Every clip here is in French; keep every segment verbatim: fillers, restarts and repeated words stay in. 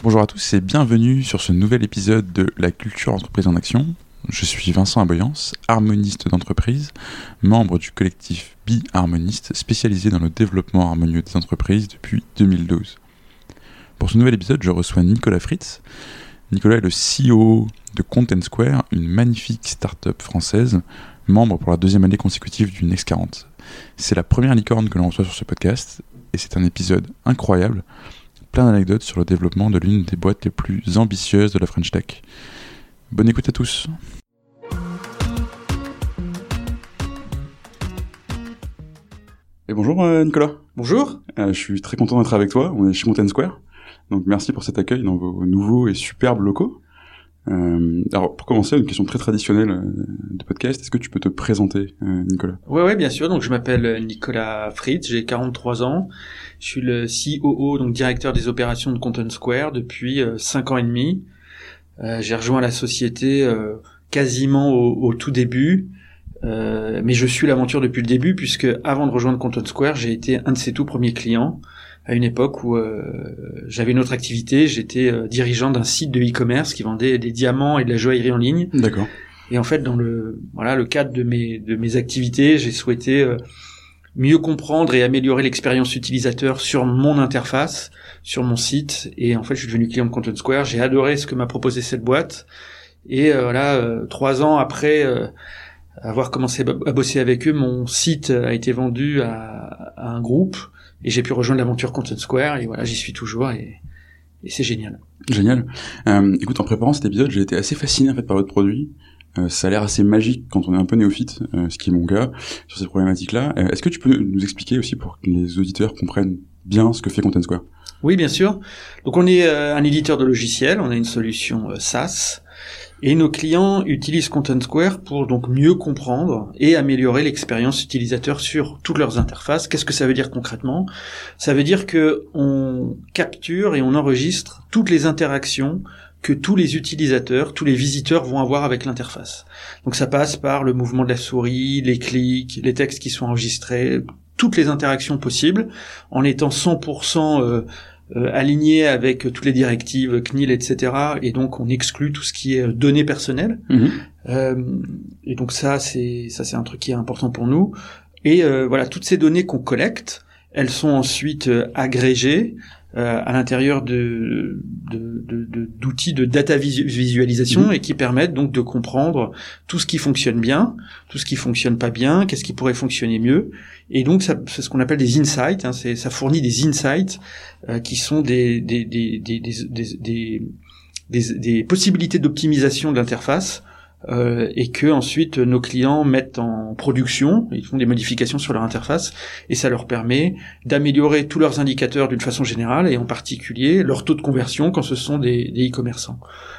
Bonjour à tous et bienvenue sur ce nouvel épisode de La culture entreprise en action. Je suis Vincent Aboyance, harmoniste d'entreprise, membre du collectif Bi-Harmoniste spécialisé dans le développement harmonieux des entreprises depuis deux mille douze. Pour ce nouvel épisode, je reçois Nicolas Fritz. Nicolas est le C E O de Content Square, une magnifique start-up française, membre pour la deuxième année consécutive du Next quarante. C'est la première licorne que l'on reçoit sur ce podcast et c'est un épisode incroyable, plein d'anecdotes sur le développement de l'une des boîtes les plus ambitieuses de la French Tech. Bonne écoute à tous. Et bonjour euh, Nicolas. Bonjour. Euh, je suis très content d'être avec toi. On est chez Content Square. Donc merci pour cet accueil dans vos nouveaux et superbes locaux. Euh, alors pour commencer, une question très traditionnelle euh, de podcast. Est-ce que tu peux te présenter, euh, Nicolas ? Ouais, ouais, bien sûr. Donc je m'appelle Nicolas Fritz, j'ai quarante-trois ans. Je suis le C O O, donc directeur des opérations de Content Square depuis euh, cinq ans et demi. Euh, j'ai rejoint la société euh, quasiment au, au tout début, euh, mais je suis l'aventure depuis le début puisque avant de rejoindre Content Square, j'ai été un de ses tout premiers clients à une époque où euh, j'avais une autre activité. J'étais euh, dirigeant d'un site de e-commerce qui vendait des diamants et de la joaillerie en ligne. D'accord. Et en fait, dans le voilà le cadre de mes de mes activités, j'ai souhaité euh, mieux comprendre et améliorer l'expérience utilisateur sur mon interface, sur mon site. Et en fait, je suis devenu client de Content Square. J'ai adoré ce que m'a proposé cette boîte. Et euh, voilà, euh, trois ans après euh, avoir commencé à bosser avec eux, mon site a été vendu à, à un groupe et j'ai pu rejoindre l'aventure Content Square. Et voilà, j'y suis toujours et, et c'est génial. Génial. Euh, écoute, en préparant cet épisode, j'ai été assez fasciné en fait par votre produit. Euh, ça a l'air assez magique quand on est un peu néophyte, euh, ce qui est mon cas, sur ces problématiques-là. Euh, est-ce que tu peux nous expliquer aussi pour que les auditeurs comprennent bien ce que fait Content Square ? Oui, bien sûr. Donc on est euh, un éditeur de logiciels, on a une solution euh, SaaS, et nos clients utilisent Content Square pour donc mieux comprendre et améliorer l'expérience utilisateur sur toutes leurs interfaces. Qu'est-ce que ça veut dire concrètement ? Ça veut dire que on capture et on enregistre toutes les interactions que tous les utilisateurs, tous les visiteurs vont avoir avec l'interface. Donc ça passe par le mouvement de la souris, les clics, les textes qui sont enregistrés, toutes les interactions possibles, en étant cent pour cent euh, euh, aligné avec toutes les directives C N I L, et cetera. Et donc on exclut tout ce qui est données personnelles. Mmh. Euh, et donc ça, c'est ça, c'est un truc qui est important pour nous. Et euh, voilà, toutes ces données qu'on collecte, elles sont ensuite euh, agrégées Euh, à l'intérieur de, de, de, de d'outils de data visualisation mmh. et qui permettent donc de comprendre tout ce qui fonctionne bien, tout ce qui fonctionne pas bien, qu'est-ce qui pourrait fonctionner mieux. Et donc ça, c'est ce qu'on appelle des insights. Hein, c'est, ça fournit des insights euh, qui sont des des des des des des, des, des, des possibilités d'optimisation de l'interface. Euh, et que ensuite nos clients mettent en production, ils font des modifications sur leur interface et ça leur permet d'améliorer tous leurs indicateurs d'une façon générale et en particulier leur taux de conversion quand ce sont des, des e-commerçants.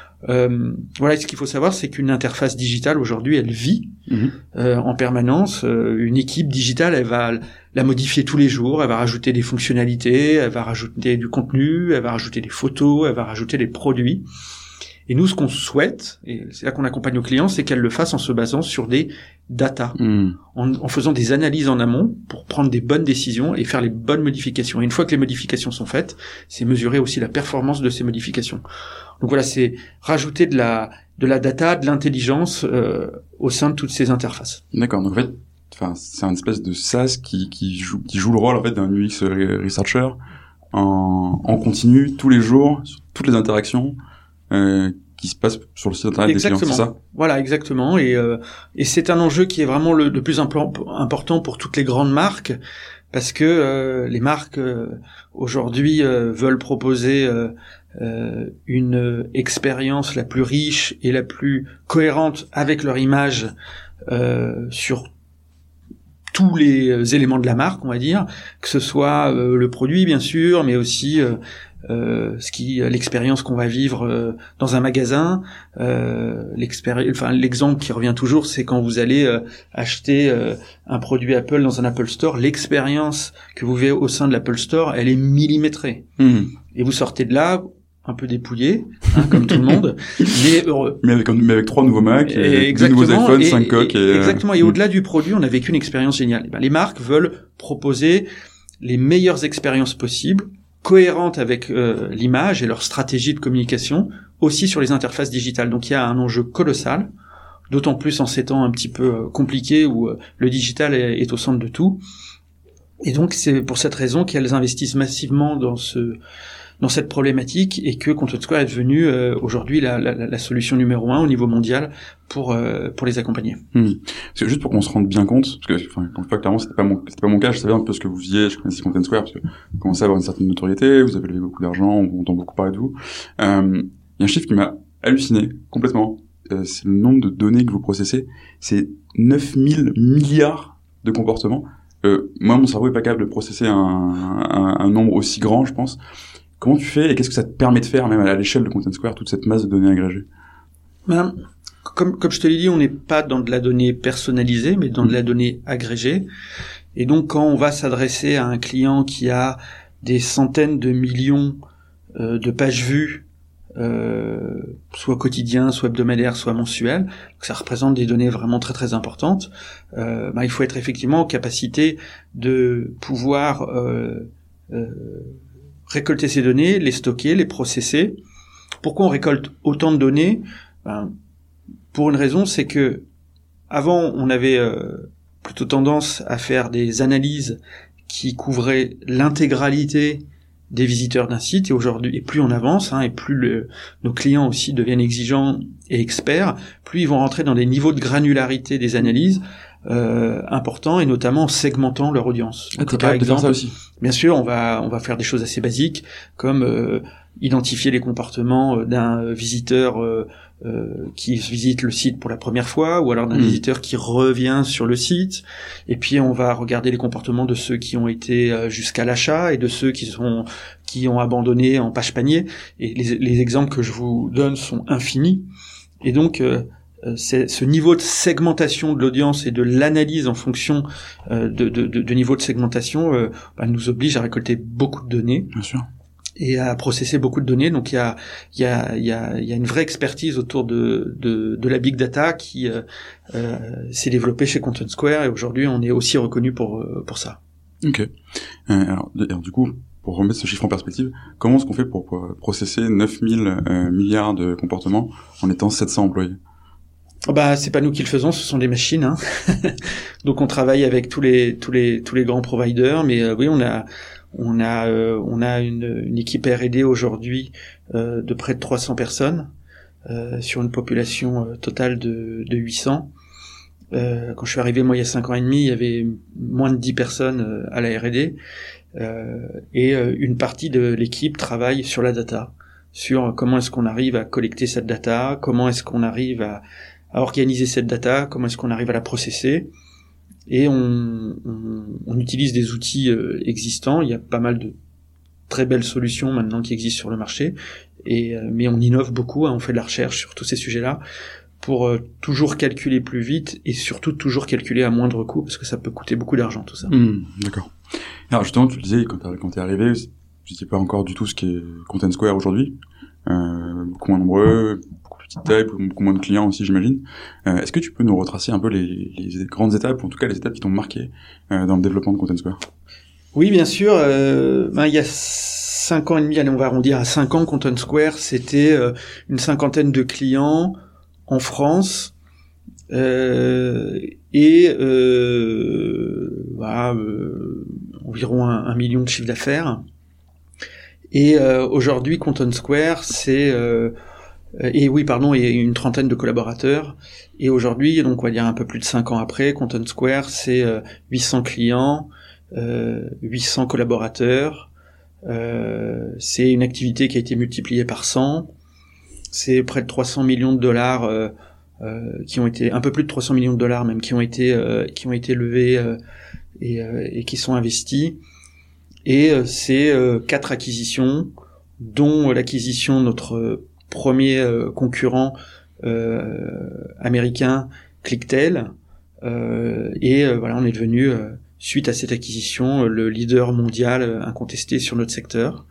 Euh, voilà, ce qu'il faut savoir, c'est qu'une interface digitale aujourd'hui, elle vit mmh. euh, en permanence. Euh, une équipe digitale, elle va la modifier tous les jours, elle va rajouter des fonctionnalités, elle va rajouter du contenu, elle va rajouter des photos, elle va rajouter des produits. Et nous, ce qu'on souhaite, et c'est là qu'on accompagne nos clients, c'est qu'elles le fassent en se basant sur des data, mmh. en, en faisant des analyses en amont pour prendre des bonnes décisions et faire les bonnes modifications. Et une fois que les modifications sont faites, c'est mesurer aussi la performance de ces modifications. Donc voilà, c'est rajouter de la de la data, de l'intelligence euh, au sein de toutes ces interfaces. D'accord. Donc en fait, enfin, c'est un espèce de SaaS qui qui joue qui joue le rôle en fait d'un U X researcher en en continu tous les jours sur toutes les interactions. Euh, qui se passe sur le site internet exactement. Des clients, c'est ça ? Voilà, exactement. Et, euh, et c'est un enjeu qui est vraiment le, le plus impl- important pour toutes les grandes marques, parce que euh, les marques euh, aujourd'hui euh, veulent proposer euh, euh, une expérience la plus riche et la plus cohérente avec leur image euh, sur tous les éléments de la marque, on va dire, que ce soit euh, le produit bien sûr, mais aussi euh, Euh, ce qui l'expérience qu'on va vivre euh, dans un magasin, euh, l'expéri- enfin l'exemple qui revient toujours, c'est quand vous allez euh, acheter euh, un produit Apple dans un Apple Store, l'expérience que vous vivez au sein de l'Apple Store, elle est millimétrée. Mmh. Et vous sortez de là un peu dépouillé, hein, comme tout le monde, mais heureux. Mais avec, mais avec trois nouveaux Mac, et, et deux nouveaux iPhones, cinq coques. Et, exactement. Et mmh. au-delà du produit, on a vécu une expérience géniale. Et ben, les marques veulent proposer les meilleures expériences possibles cohérentes avec euh, l'image et leur stratégie de communication, aussi sur les interfaces digitales. Donc il y a un enjeu colossal, d'autant plus en ces temps un petit peu euh, compliqués où euh, le digital est, est au centre de tout. Et donc c'est pour cette raison qu'elles investissent massivement dans ce dans cette problématique et que Content Square est devenu euh, aujourd'hui la, la, la solution numéro un au niveau mondial pour euh, pour les accompagner. Mmh. Parce que juste pour qu'on se rende bien compte, parce que enfin quand clairement c'était pas mon c'était pas mon cas, je savais un peu ce que vous faisiez, je connaissais Content Square parce que vous commencez à avoir une certaine notoriété, vous avez levé beaucoup d'argent, on entend beaucoup parler de vous. Euh, il y a un chiffre qui m'a halluciné complètement, euh, c'est le nombre de données que vous processez, c'est neuf mille milliards de comportements. Euh, moi mon cerveau est pas capable de processer un, un, un nombre aussi grand, je pense. Comment tu fais et qu'est-ce que ça te permet de faire, même à l'échelle de Content Square, toute cette masse de données agrégées? Ben, comme, comme je te l'ai dit, on n'est pas dans de la donnée personnalisée, mais dans de la donnée agrégée. Et donc, quand on va s'adresser à un client qui a des centaines de millions euh, de pages vues, euh, soit quotidien, soit hebdomadaire, soit mensuel, ça représente des données vraiment très très importantes, euh, ben, il faut être effectivement en capacité de pouvoir euh, euh, récolter ces données, les stocker, les processer. Pourquoi on récolte autant de données? Ben, pour une raison, c'est que avant, on avait euh, plutôt tendance à faire des analyses qui couvraient l'intégralité des visiteurs d'un site, et aujourd'hui, et plus on avance, hein, et plus le, nos clients aussi deviennent exigeants et experts, plus ils vont rentrer dans des niveaux de granularité des analyses euh, importants, et notamment en segmentant leur audience. Ah, t'es capable de faire ça aussi? Bien sûr, on va on va faire des choses assez basiques comme euh, identifier les comportements d'un visiteur euh, euh, qui visite le site pour la première fois, ou alors d'un mmh. visiteur qui revient sur le site. Et puis on va regarder les comportements de ceux qui ont été euh, jusqu'à l'achat et de ceux qui sont qui ont abandonné en page panier. Et les, les exemples que je vous donne sont infinis. Et donc euh, c'est ce niveau de segmentation de l'audience et de l'analyse en fonction euh, de, de, de, de niveau de segmentation euh, bah, nous oblige à récolter beaucoup de données. Bien sûr. Et à processer beaucoup de données. Donc il y a il y a il y a il y a une vraie expertise autour de de, de la big data qui euh, euh, s'est développée chez Content Square, et aujourd'hui on est aussi reconnu pour pour ça. Ok. Euh, alors, alors du coup, pour remettre ce chiffre en perspective, comment est-ce qu'on fait pour, pour processer neuf mille euh, milliards de comportements en étant sept cents employés? Bah c'est pas nous qui le faisons, ce sont des machines. Hein. Donc on travaille avec tous les tous les tous les grands providers, mais euh, oui on a on a euh, on a une, une équipe R et D aujourd'hui euh, de près de trois cents personnes euh, sur une population euh, totale de de huit cents. Euh, quand je suis arrivé moi il y a cinq ans et demi, il y avait moins de dix personnes euh, à la R et D euh, et euh, une partie de l'équipe travaille sur la data, sur comment est-ce qu'on arrive à collecter cette data, comment est-ce qu'on arrive à à organiser cette data, comment est-ce qu'on arrive à la processer, et on, on, on utilise des outils euh, existants. Il y a pas mal de très belles solutions maintenant qui existent sur le marché, et euh, mais on innove beaucoup, hein, on fait de la recherche sur tous ces sujets-là pour euh, toujours calculer plus vite et surtout toujours calculer à moindre coût, parce que ça peut coûter beaucoup d'argent tout ça. Mmh, d'accord. Alors justement, tu le disais, quand t'es, quand t'es arrivé, tu sais pas encore du tout ce qu'est Content Square aujourd'hui, euh, beaucoup moins nombreux, petite taille, beaucoup moins de clients aussi, j'imagine. Euh, est-ce que tu peux nous retracer un peu les, les grandes étapes, ou en tout cas les étapes qui t'ont marqué euh, dans le développement de Content Square? Oui, bien sûr. Euh, ben, il y a cinq ans et demi, allez, on va arrondir à cinq ans, Content Square, c'était euh, une cinquantaine de clients en France, euh, et euh, voilà, euh, environ un, un million de chiffre d'affaires. Et euh, aujourd'hui, Content Square, c'est euh, et oui, pardon, et une trentaine de collaborateurs. Et aujourd'hui, donc on va dire un peu plus de cinq ans après, Content Square, c'est euh, huit cents clients, euh, huit cents collaborateurs. Euh, c'est une activité qui a été multipliée par cent. C'est près de trois cents millions de dollars euh, euh, qui ont été, un peu plus de trois cents millions de dollars même, qui ont été euh, qui ont été levés euh, et, euh, et qui sont investis. Et euh, c'est euh, quatre acquisitions, dont l'acquisition de notre premier euh, concurrent euh, américain, Clicktail, euh, et euh, voilà, on est devenu euh, suite à cette acquisition le leader mondial euh, incontesté sur notre secteur.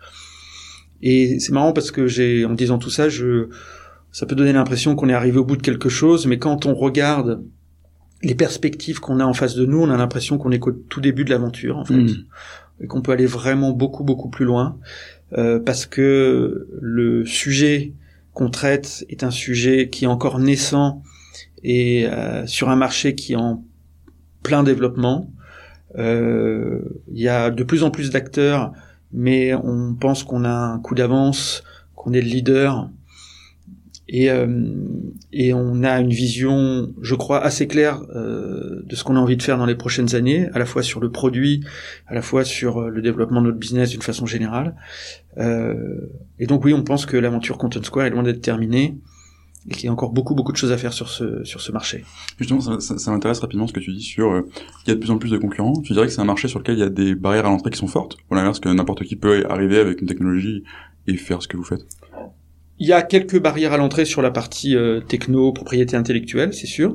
Et c'est marrant parce que j'ai, en disant tout ça, je, ça peut donner l'impression qu'on est arrivé au bout de quelque chose, mais quand on regarde les perspectives qu'on a en face de nous, on a l'impression qu'on est qu'au tout début de l'aventure, en fait. Mmh. et qu'on peut aller vraiment beaucoup beaucoup plus loin, euh, parce que le sujet qu'on traite est un sujet qui est encore naissant et euh, sur un marché qui est en plein développement. Euh, il y a de plus en plus d'acteurs, mais on pense qu'on a un coup d'avance, qu'on est le leader, et, euh, et on a une vision, je crois, assez claire euh, de ce qu'on a envie de faire dans les prochaines années, à la fois sur le produit, à la fois sur le développement de notre business d'une façon générale. Euh, et donc oui, on pense que l'aventure Content Square est loin d'être terminée, et qu'il y a encore beaucoup beaucoup de choses à faire sur ce sur ce marché. Justement, ça, ça, ça m'intéresse rapidement ce que tu dis sur euh, il y a de plus en plus de concurrents. Tu dirais que c'est un marché sur lequel il y a des barrières à l'entrée qui sont fortes, ou l'inverse, que n'importe qui peut arriver avec une technologie et faire ce que vous faites? Il y a quelques barrières à l'entrée sur la partie euh, techno, propriété intellectuelle, c'est sûr.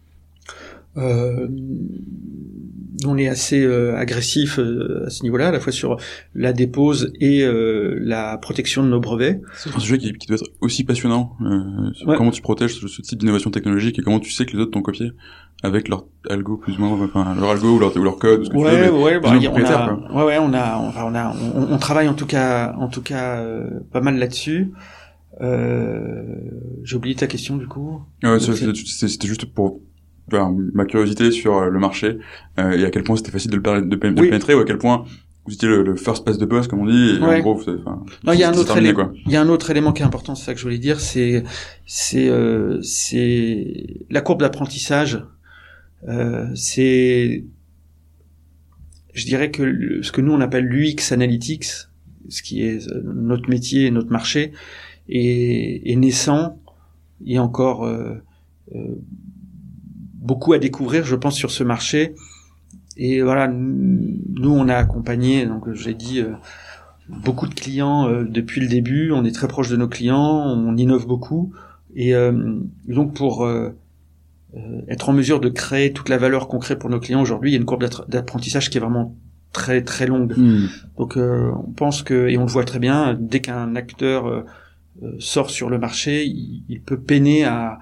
Euh, on est assez euh, agressif euh, à ce niveau-là, à la fois sur la dépose et euh, la protection de nos brevets. C'est un sujet qui, qui doit être aussi passionnant. Euh, ouais. Comment tu protèges ce, ce type d'innovation technologique et comment tu sais que les autres t'ont copié avec leur algo plus ou moins, enfin leur algo ou leur, ou leur code, ou ce que ouais, tu veux, ouais, bah, y a, on a, quoi. ouais, ouais, on a, on, on a, on, on travaille en tout cas, en tout cas, euh, pas mal là-dessus. Euh, j'ai oublié ta question du coup. Ouais, c'était, c'était juste pour enfin, ma curiosité sur le marché euh, et à quel point c'était facile de le, de, de oui. pénétrer, ou à quel point vous étiez le, le first pass de boss comme on dit. Et ouais. En gros, enfin, non, il y a un autre élément. Il y a un autre élément qui est important, c'est ça que je voulais dire, c'est c'est euh, c'est la courbe d'apprentissage. Euh, c'est, je dirais que le, ce que nous on appelle l'U X Analytics, ce qui est notre métier et notre marché, est, est naissant. Il y a encore euh, euh, beaucoup à découvrir, je pense, sur ce marché. Et voilà, nous on a accompagné, donc j'ai dit euh, beaucoup de clients euh, depuis le début. On est très proche de nos clients, on innove beaucoup, et euh, donc pour euh, euh, être en mesure de créer toute la valeur qu'on crée pour nos clients aujourd'hui, il y a une courbe d'apprentissage qui est vraiment très très longue. Mmh. Donc euh, on pense que, et on le voit très bien, dès qu'un acteur euh, sort sur le marché, il, il peut peiner à,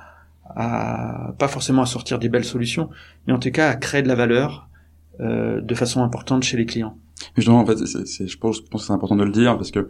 à pas forcément à sortir des belles solutions, mais en tout cas à créer de la valeur euh, de façon importante chez les clients. Mais justement, en fait, c'est, c'est, je pense, je pense que c'est important de le dire, parce que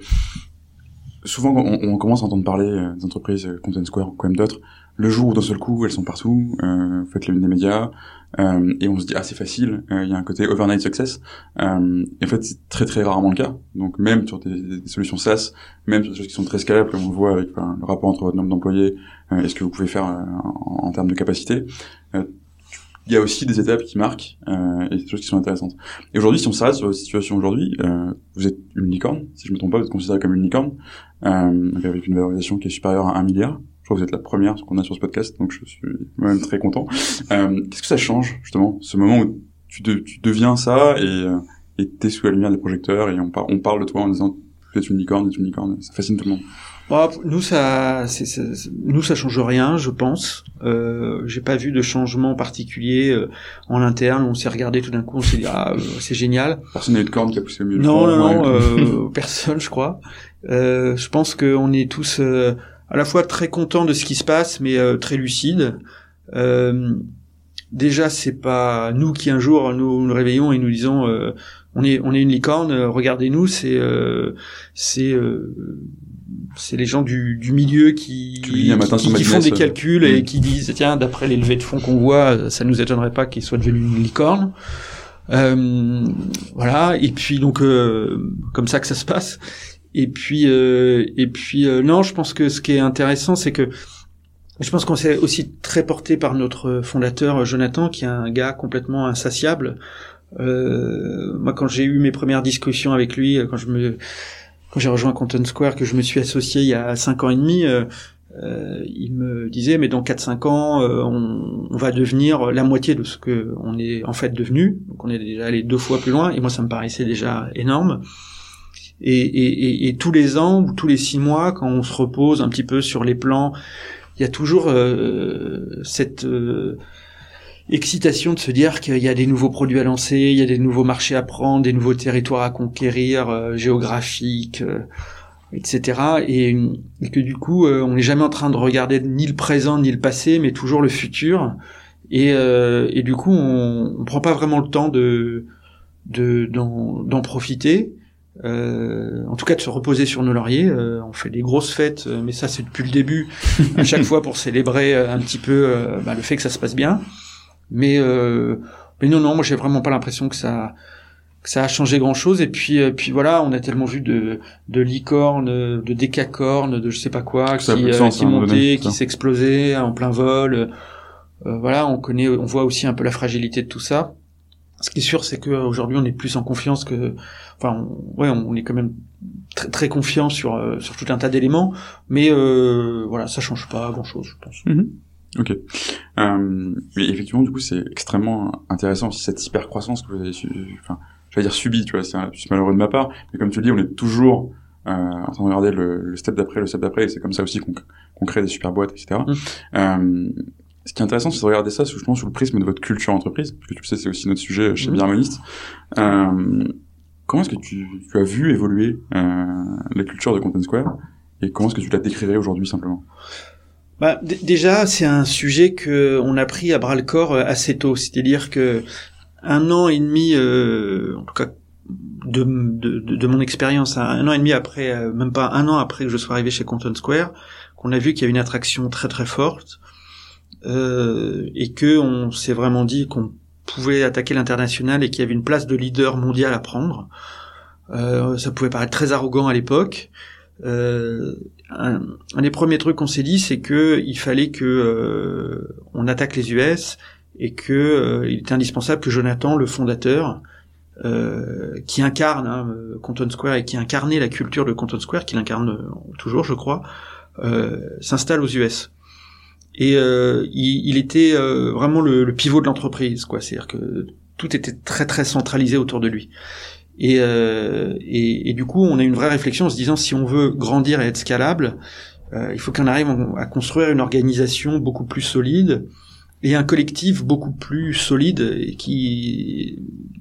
souvent on, on commence à entendre parler des entreprises Content Square ou même d'autres, le jour où d'un seul coup elles sont partout, euh, vous faites les des médias, euh, et on se dit ah c'est facile, il euh, y a un côté overnight success, euh, et en fait c'est très très rarement le cas. Donc même sur des, des solutions SaaS, même sur des choses qui sont très scalables, comme on le voit avec enfin, le rapport entre votre nombre d'employés euh, et ce que vous pouvez faire euh, en, en termes de capacité, euh, il y a aussi des étapes qui marquent euh, et des choses qui sont intéressantes. Et aujourd'hui, si on s'arrête sur la situation aujourd'hui, euh, vous êtes une licorne, si je me trompe pas, vous êtes considéré comme une licorne, euh, avec une valorisation qui est supérieure à un milliard. Je crois que vous êtes la première qu'on a sur ce podcast, donc je suis même très content. Euh, qu'est-ce que ça change, justement, ce moment où tu, de, tu deviens ça et euh, et t'es sous la lumière des projecteurs et on, par, on parle de toi en disant vous êtes une licorne, vous êtes une licorne, ça fascine tout le monde. Bon, nous ça, c'est, c'est, nous ça change rien, je pense. Euh, j'ai pas vu de changement particulier euh, en interne. On s'est regardé tout d'un coup, on s'est dit ah euh, c'est génial. Personne n'a eu de corne qui a poussé au milieu. Non, non, non, euh, personne, je crois. Euh, je pense qu'on est tous euh, à la fois très contents de ce qui se passe, mais euh, très lucides. Euh, déjà, c'est pas nous qui un jour nous nous réveillons et nous disons euh, on est on est une licorne. Euh, regardez-nous, c'est euh, c'est euh, c'est les gens du, du milieu qui, qui, qui, qui font des calculs euh... et qui disent tiens d'après les levées de fonds qu'on voit ça nous étonnerait pas qu'ils soient devenus une licorne. Euh, voilà, et puis donc euh, comme ça que ça se passe. Et puis euh, et puis euh, non, je pense que ce qui est intéressant c'est que je pense qu'on s'est aussi très porté par notre fondateur Jonathan qui est un gars complètement insatiable. Euh, moi quand j'ai eu mes premières discussions avec lui, quand je me quand j'ai rejoint Content Square, que je me suis associé il y a cinq ans et demi, euh, euh, il me disait mais dans quatre cinq ans euh, on, on va devenir la moitié de ce que on est en fait devenu. Donc on est déjà allé deux fois plus loin et moi ça me paraissait déjà énorme. Et, et, et, et tous les ans ou tous les six mois, quand on se repose un petit peu sur les plans, il y a toujours euh, cette euh, excitation de se dire qu'il y a des nouveaux produits à lancer, il y a des nouveaux marchés à prendre, des nouveaux territoires à conquérir, euh, géographiques, euh, et cetera. Et, et que du coup, euh, on n'est jamais en train de regarder ni le présent ni le passé, mais toujours le futur. Et, euh, et du coup, on, on prend pas vraiment le temps de de d'en, d'en profiter. Euh, en tout cas de se reposer sur nos lauriers. Euh, on fait des grosses fêtes, mais ça c'est depuis le début, à chaque fois pour célébrer un petit peu euh, bah, le fait que ça se passe bien. Mais, euh, mais non, non, moi j'ai vraiment pas l'impression que ça, que ça a changé grand-chose. Et puis, euh, puis voilà, on a tellement vu de, de licornes, de décacornes, de je sais pas quoi, ça qui, euh, sens, qui hein, montaient, donné, qui s'explosaient en plein vol. Euh, voilà, on connaît, on voit aussi un peu la fragilité de tout ça. Ce qui est sûr, c'est qu'aujourd'hui, on est plus en confiance que, enfin, on, ouais, on est quand même très, très confiant sur euh, sur tout un tas d'éléments, mais euh, voilà, ça change pas grand-chose, je pense. Mm-hmm. Ok. Euh, mais effectivement, du coup, c'est extrêmement intéressant aussi cette hyper croissance que vous avez, su, enfin, j'allais dire subie, tu vois, c'est, c'est malheureux de ma part, mais comme tu le dis, on est toujours euh, en train de regarder le, le step d'après, le step d'après, et c'est comme ça aussi qu'on, qu'on crée des super boîtes, et cetera. Mm. Euh, Ce qui est intéressant, c'est de regarder ça justement sous le prisme de votre culture entreprise, parce que tu sais, c'est aussi notre sujet chez mmh. Be Harmonist. Euh, comment est-ce que tu, tu as vu évoluer euh, la culture de Content Square, et comment est-ce que tu la décrirais aujourd'hui simplement? Bah, d- déjà, c'est un sujet que on a pris à bras le corps assez tôt, c'est-à-dire que un an et demi, euh, en tout cas de, de, de, de mon expérience, un an et demi après, euh, même pas un an après que je sois arrivé chez Content Square, qu'on a vu qu'il y a une attraction très très forte. Euh, et que on s'est vraiment dit qu'on pouvait attaquer l'international et qu'il y avait une place de leader mondial à prendre. Euh, ça pouvait paraître très arrogant à l'époque. Euh, un, un des premiers trucs qu'on s'est dit, c'est que il fallait que euh, on attaque les U S et que euh, il était indispensable que Jonathan, le fondateur, euh, qui incarne hein, Content Square et qui incarnait la culture de Content Square, qu'il incarne toujours, je crois, euh, s'installe aux U S. Et euh, il, il était euh, vraiment le, le pivot de l'entreprise, quoi. C'est-à-dire que tout était très très centralisé autour de lui. Et, euh, et, et du coup, on a une vraie réflexion en se disant si on veut grandir et être scalable, euh, il faut qu'on arrive à construire une organisation beaucoup plus solide et un collectif beaucoup plus solide et qui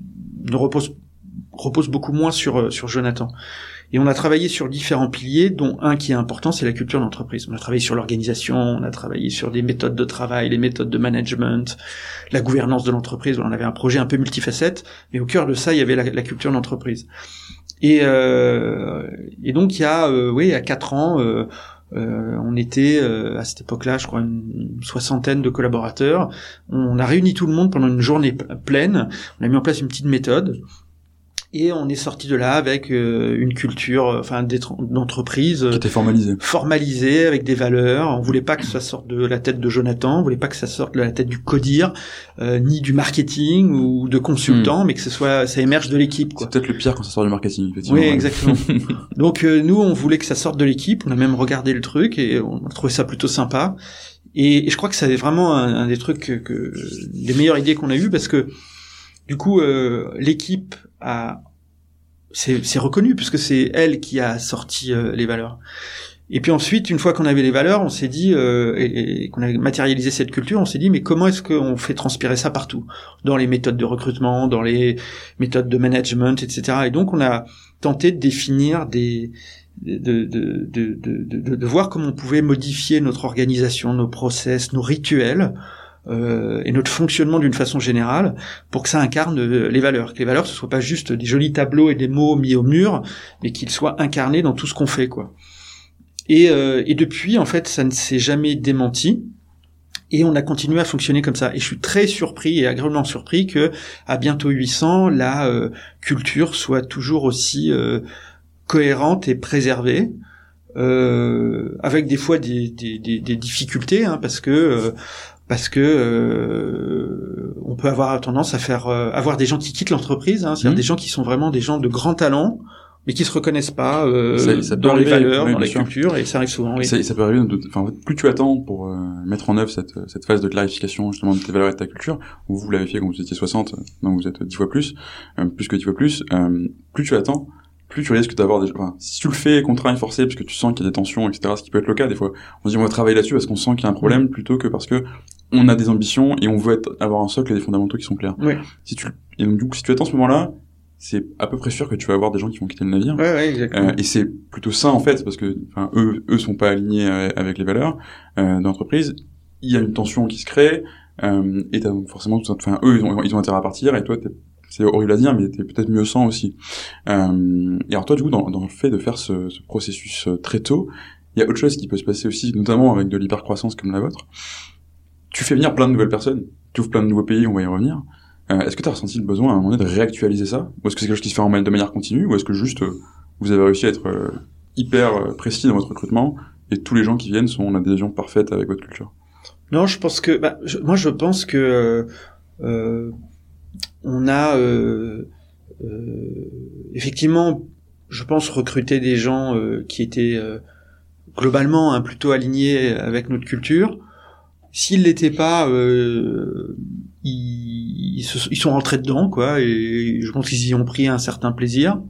ne repose repose beaucoup moins sur sur Jonathan. Et on a travaillé sur différents piliers, dont un qui est important, c'est la culture d'entreprise. On a travaillé sur l'organisation, on a travaillé sur des méthodes de travail, les méthodes de management, la gouvernance de l'entreprise. On avait un projet un peu multifacette, mais au cœur de ça, il y avait la, la culture d'entreprise. Et, euh, et donc, il y a, euh, oui, il y a quatre ans, euh, euh, on était euh, à cette époque-là, je crois, une soixantaine de collaborateurs. On a réuni tout le monde pendant une journée pleine. On a mis en place une petite méthode. Et on est sorti de là avec euh, une culture, enfin d'entreprise qui était formalisée, formalisée avec des valeurs. On voulait pas que ça sorte de la tête de Jonathan, on voulait pas que ça sorte de la tête du codir, euh, ni du marketing ou de consultant, mmh. mais que ce soit, ça émerge de l'équipe, quoi. C'est peut-être le pire quand ça sort du marketing, effectivement. Oui, ouais. exactement. Donc euh, nous, on voulait que ça sorte de l'équipe. On a même regardé le truc et on a trouvé ça plutôt sympa. Et, et je crois que c'est vraiment un, un des trucs que, que des meilleures idées qu'on a eues parce que du coup, euh, l'équipe a c'est, c'est reconnu puisque c'est elle qui a sorti euh, les valeurs. Et puis ensuite, une fois qu'on avait les valeurs, on s'est dit euh, et, et qu'on a matérialisé cette culture, on s'est dit mais comment est-ce qu'on fait transpirer ça partout, dans les méthodes de recrutement, dans les méthodes de management, et cetera. Et donc on a tenté de définir des de de de de de, de, de voir comment on pouvait modifier notre organisation, nos process, nos rituels. Euh, et notre fonctionnement d'une façon générale pour que ça incarne euh, les valeurs, que les valeurs ce soit pas juste des jolis tableaux et des mots mis au mur, mais qu'ils soient incarnés dans tout ce qu'on fait, quoi. Et, euh, et depuis, en fait, ça ne s'est jamais démenti. Et on a continué à fonctionner comme ça. Et je suis très surpris et agréablement surpris que à bientôt huit cents, la euh, culture soit toujours aussi euh, cohérente et préservée. Euh, avec des fois des, des, des, des difficultés, hein, parce que euh, parce que euh, on peut avoir tendance à faire euh, avoir des gens qui quittent l'entreprise, hein, c'est-à-dire mmh. des gens qui sont vraiment des gens de grand talent, mais qui se reconnaissent pas euh, ça, ça dans les arriver, valeurs, oui, dans la sûr. culture, et ça arrive souvent. Oui. Ça, ça peut arriver. De, enfin, en fait, plus tu attends pour euh, mettre en œuvre cette cette phase de clarification justement de tes valeurs et de ta culture, où vous l'avez fait quand vous étiez soixante, donc vous êtes dix fois plus, euh, plus que dix fois plus. Euh, plus tu attends, plus tu risques d'avoir des... Enfin, si tu le fais contraint et forcé, parce que tu sens qu'il y a des tensions, et cetera, ce qui peut être le cas, des fois, on se dit on va travailler là-dessus parce qu'on sent qu'il y a un problème, plutôt que parce que on a des ambitions et on veut être, avoir un socle et des fondamentaux qui sont clairs. Oui. Si tu, et donc, du coup, si tu attends ce moment-là, c'est à peu près sûr que tu vas avoir des gens qui vont quitter le navire. Ouais, ouais, exactement. Euh, et c'est plutôt sain, en fait, parce que, enfin, eux, eux sont pas alignés avec les valeurs, euh, de l'entreprise. Il y a une tension qui se crée, euh, et t'as donc forcément, enfin, eux, ils ont, ils ont intérêt à partir, et toi, t'es, c'est horrible à dire, mais t'es peut-être mieux sans aussi. Euh, et alors toi, du coup, dans, dans le fait de faire ce, ce processus très tôt, il y a autre chose qui peut se passer aussi, notamment avec de l'hypercroissance comme la vôtre. Tu fais venir plein de nouvelles personnes, tu ouvres plein de nouveaux pays, on va y revenir. Euh, est-ce que tu as ressenti le besoin à un moment donné de réactualiser ça? Ou est-ce que c'est quelque chose qui se fait en, de manière continue? Ou est-ce que juste euh, vous avez réussi à être euh, hyper euh, précis dans votre recrutement et tous les gens qui viennent sont en adhésion parfaite avec votre culture? Non, je pense que... Bah, je, moi, je pense que... Euh, on a... Euh, euh, effectivement, je pense, recruté des gens euh, qui étaient euh, globalement hein, plutôt alignés avec notre culture. S'ils l'étaient pas... Euh, Ils, ils, se, ils sont rentrés dedans, quoi, et je pense qu'ils y ont pris un certain plaisir.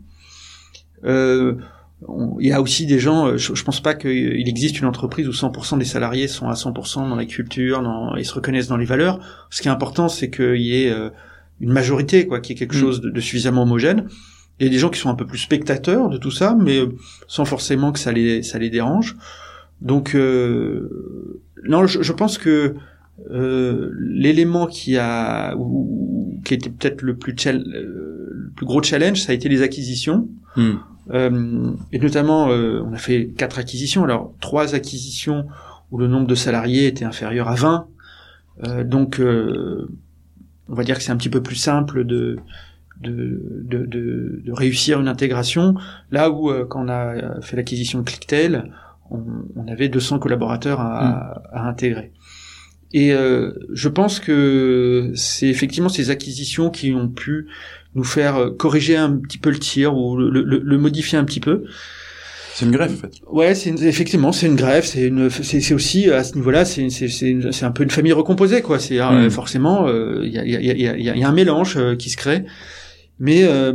Euh, on, il y a aussi des gens, je, je pense pas qu'il existe une entreprise où cent pour cent des salariés sont à cent pour cent dans la culture, dans, ils se reconnaissent dans les valeurs. Ce qui est important, c'est qu'il y ait euh, une majorité, quoi, qu'il y ait quelque mmh. chose de, de suffisamment homogène. Il y a des gens qui sont un peu plus spectateurs de tout ça, mais sans forcément que ça les, ça les dérange. Donc, euh, non, je, je pense que Euh, l'élément qui a ou, qui était peut-être le plus chal- le plus gros challenge, ça a été les acquisitions. Mm. Euh, et notamment, euh, on a fait quatre acquisitions. Alors trois acquisitions où le nombre de salariés était inférieur à vingt. Euh, donc, euh, on va dire que c'est un petit peu plus simple de de de, de, de réussir une intégration. Là où euh, quand on a fait l'acquisition de Clicktail, on, on avait deux cents collaborateurs à, mm. à, à intégrer. Et euh, je pense que c'est effectivement ces acquisitions qui ont pu nous faire corriger un petit peu le tir ou le, le, le modifier un petit peu. C'est une greffe, en fait. Ouais, c'est une, effectivement c'est une greffe. C'est une, c'est, c'est aussi à ce niveau-là, c'est, c'est, c'est, une, c'est un peu une famille recomposée, quoi. C'est mmh. euh, forcément il euh, y, a, y, a, y, a, y a un mélange euh, qui se crée, mais euh,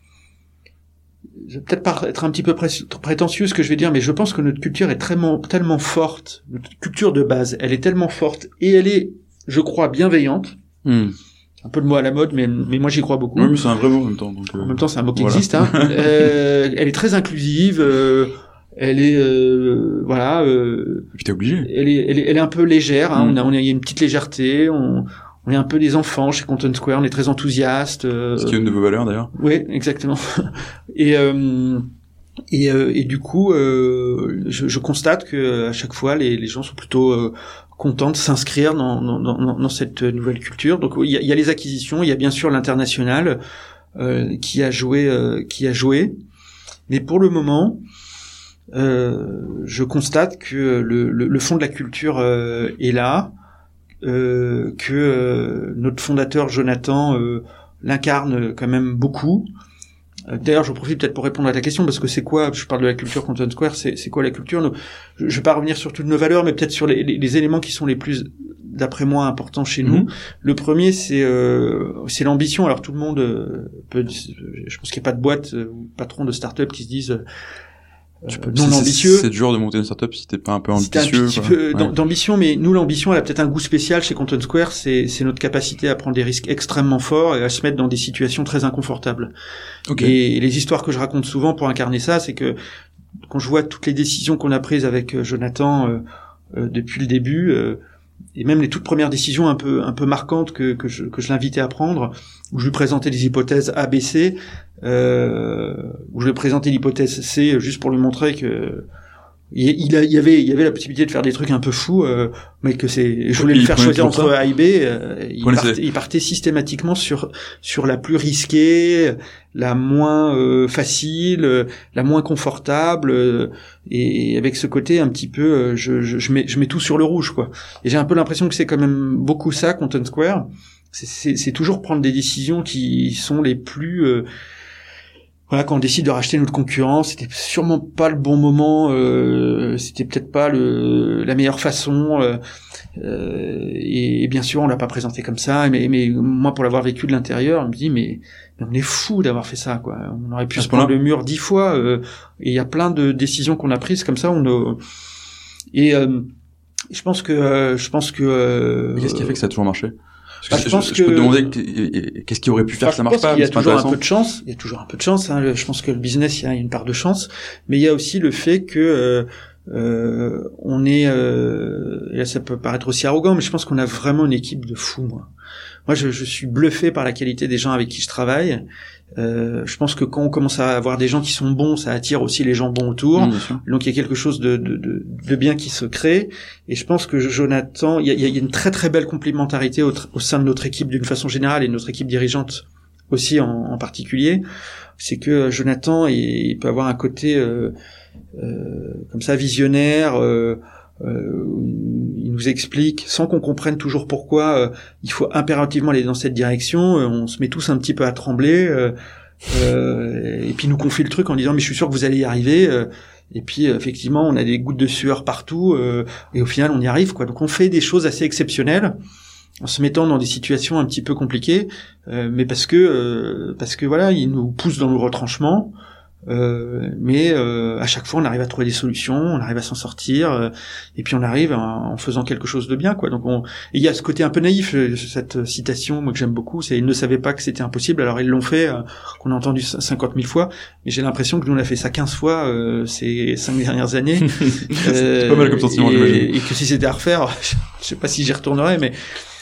je vais peut-être pas être un petit peu pré- prétentieux ce que je vais dire, mais je pense que notre culture est tellement, tellement forte, notre culture de base, elle est tellement forte, et elle est, je crois, bienveillante. Mm. Un peu le mot à la mode, mais, mais moi j'y crois beaucoup. Oui, mais c'est un vrai mot en même temps. Donc, euh... En même temps, c'est un mot qui voilà. existe. Hein. euh, elle est très inclusive, euh, elle est, euh, voilà... Euh, et puis t'es obligé. Elle est, elle est, elle est un peu légère, hein. Mm. on, a, on a, il y a une petite légèreté, on... On est un peu des enfants chez Content Square, on est très enthousiastes. Euh... Ce qui est une de vos valeurs d'ailleurs. Oui, exactement. Et euh, et, euh, et du coup, euh, je, je constate que à chaque fois, les, les gens sont plutôt euh, contents de s'inscrire dans, dans, dans, dans cette nouvelle culture. Donc il y a, il y a les acquisitions, il y a bien sûr l'international euh, qui a joué, euh, qui a joué. Mais pour le moment, euh, je constate que le, le, le fond de la culture euh, est là. Euh, que euh, notre fondateur Jonathan euh, l'incarne quand même beaucoup. Euh, d'ailleurs, je profite peut-être pour répondre à ta question, parce que c'est quoi, je parle de la culture Content Square, c'est, c'est quoi la culture? Nous, je, je vais pas revenir sur toutes nos valeurs, mais peut-être sur les, les, les éléments qui sont les plus, d'après moi, importants chez mmh. nous. Le premier, c'est euh, c'est l'ambition. Alors tout le monde euh, peut, je pense qu'il n'y a pas de boîte euh, ou patron de start-up qui se disent Euh, non c'est, ambitieux. C'est dur de monter une startup si t'es pas un peu ambitieux. Si t'es un petit quoi. peu ouais. d'ambition, mais nous l'ambition elle a peut-être un goût spécial chez Content Square, c'est, c'est notre capacité à prendre des risques extrêmement forts et à se mettre dans des situations très inconfortables. Okay. Et les histoires que je raconte souvent pour incarner ça, c'est que quand je vois toutes les décisions qu'on a prises avec Jonathan euh, euh, depuis le début, euh, et même les toutes premières décisions un peu un peu marquantes que que je que je l'invitais à prendre, où je lui présentais des hypothèses A, B, C, euh, où je lui présentais l'hypothèse C juste pour lui montrer que il, il, a, il y avait il y avait la possibilité de faire des trucs un peu fous, euh, mais que c'est je voulais il le faire choisir entre ça. A et B. Euh, il, partait, il partait systématiquement sur sur la plus risquée, la moins euh, facile, euh, la moins confortable, euh, et avec ce côté un petit peu, euh, je, je, je mets je mets tout sur le rouge, quoi. Et j'ai un peu l'impression que c'est quand même beaucoup ça, Content Square. C'est, c'est, c'est toujours prendre des décisions qui sont les plus euh, voilà, quand on décide de racheter notre concurrent, c'était sûrement pas le bon moment, euh, c'était peut-être pas le la meilleure façon, euh, euh, et, et bien sûr on l'a pas présenté comme ça, mais, mais moi pour l'avoir vécu de l'intérieur, je me dis mais, mais on est fou d'avoir fait ça, quoi. On aurait pu se prendre le mur dix fois, euh, et il y a plein de décisions qu'on a prises comme ça, on a, et euh, je pense que euh, je pense que euh, mais qu'est-ce qui a fait que ça a toujours marché? Bah, je, je pense je, que je peux te demander qu'est-ce qui aurait pu faire enfin, que ça marche pas. Il y a toujours un peu de chance. Il y a toujours un peu de chance. Hein. Je pense que le business, il y a une part de chance, mais il y a aussi le fait que euh, euh, on est. Euh, et là, ça peut paraître aussi arrogant, mais je pense qu'on a vraiment une équipe de fous. Moi, moi, je, je suis bluffé par la qualité des gens avec qui je travaille. Euh, je pense que quand on commence à avoir des gens qui sont bons, ça attire aussi les gens bons autour. Mmh, donc il y a quelque chose de, de, de, de bien qui se crée. Et je pense que Jonathan, il y a, il y a une très très belle complémentarité au, au sein de notre équipe d'une façon générale et de notre équipe dirigeante aussi en, en particulier. C'est que Jonathan, il, il peut avoir un côté euh, euh, comme ça visionnaire. Euh, Euh, il nous explique, sans qu'on comprenne toujours pourquoi, euh, il faut impérativement aller dans cette direction. Euh, on se met tous un petit peu à trembler, euh, euh, et puis il nous confie le truc en disant mais je suis sûr que vous allez y arriver. Euh, et puis euh, effectivement, on a des gouttes de sueur partout, euh, et au final, on y arrive, quoi. Donc on fait des choses assez exceptionnelles en se mettant dans des situations un petit peu compliquées, euh, mais parce que euh, parce que voilà, il nous pousse dans nos retranchements. Euh, mais euh, à chaque fois on arrive à trouver des solutions, on arrive à s'en sortir, euh, et puis on arrive en, en faisant quelque chose de bien, quoi. Donc on, il y a ce côté un peu naïf, cette citation moi que j'aime beaucoup, c'est ils ne savaient pas que c'était impossible, alors ils l'ont fait, euh, qu'on a entendu cinquante mille fois, mais j'ai l'impression que nous on a fait ça quinze fois euh, ces cinq dernières années. euh, c'est pas mal comme sentiment, et, et que si c'était à refaire, je sais pas si j'y retournerais, mais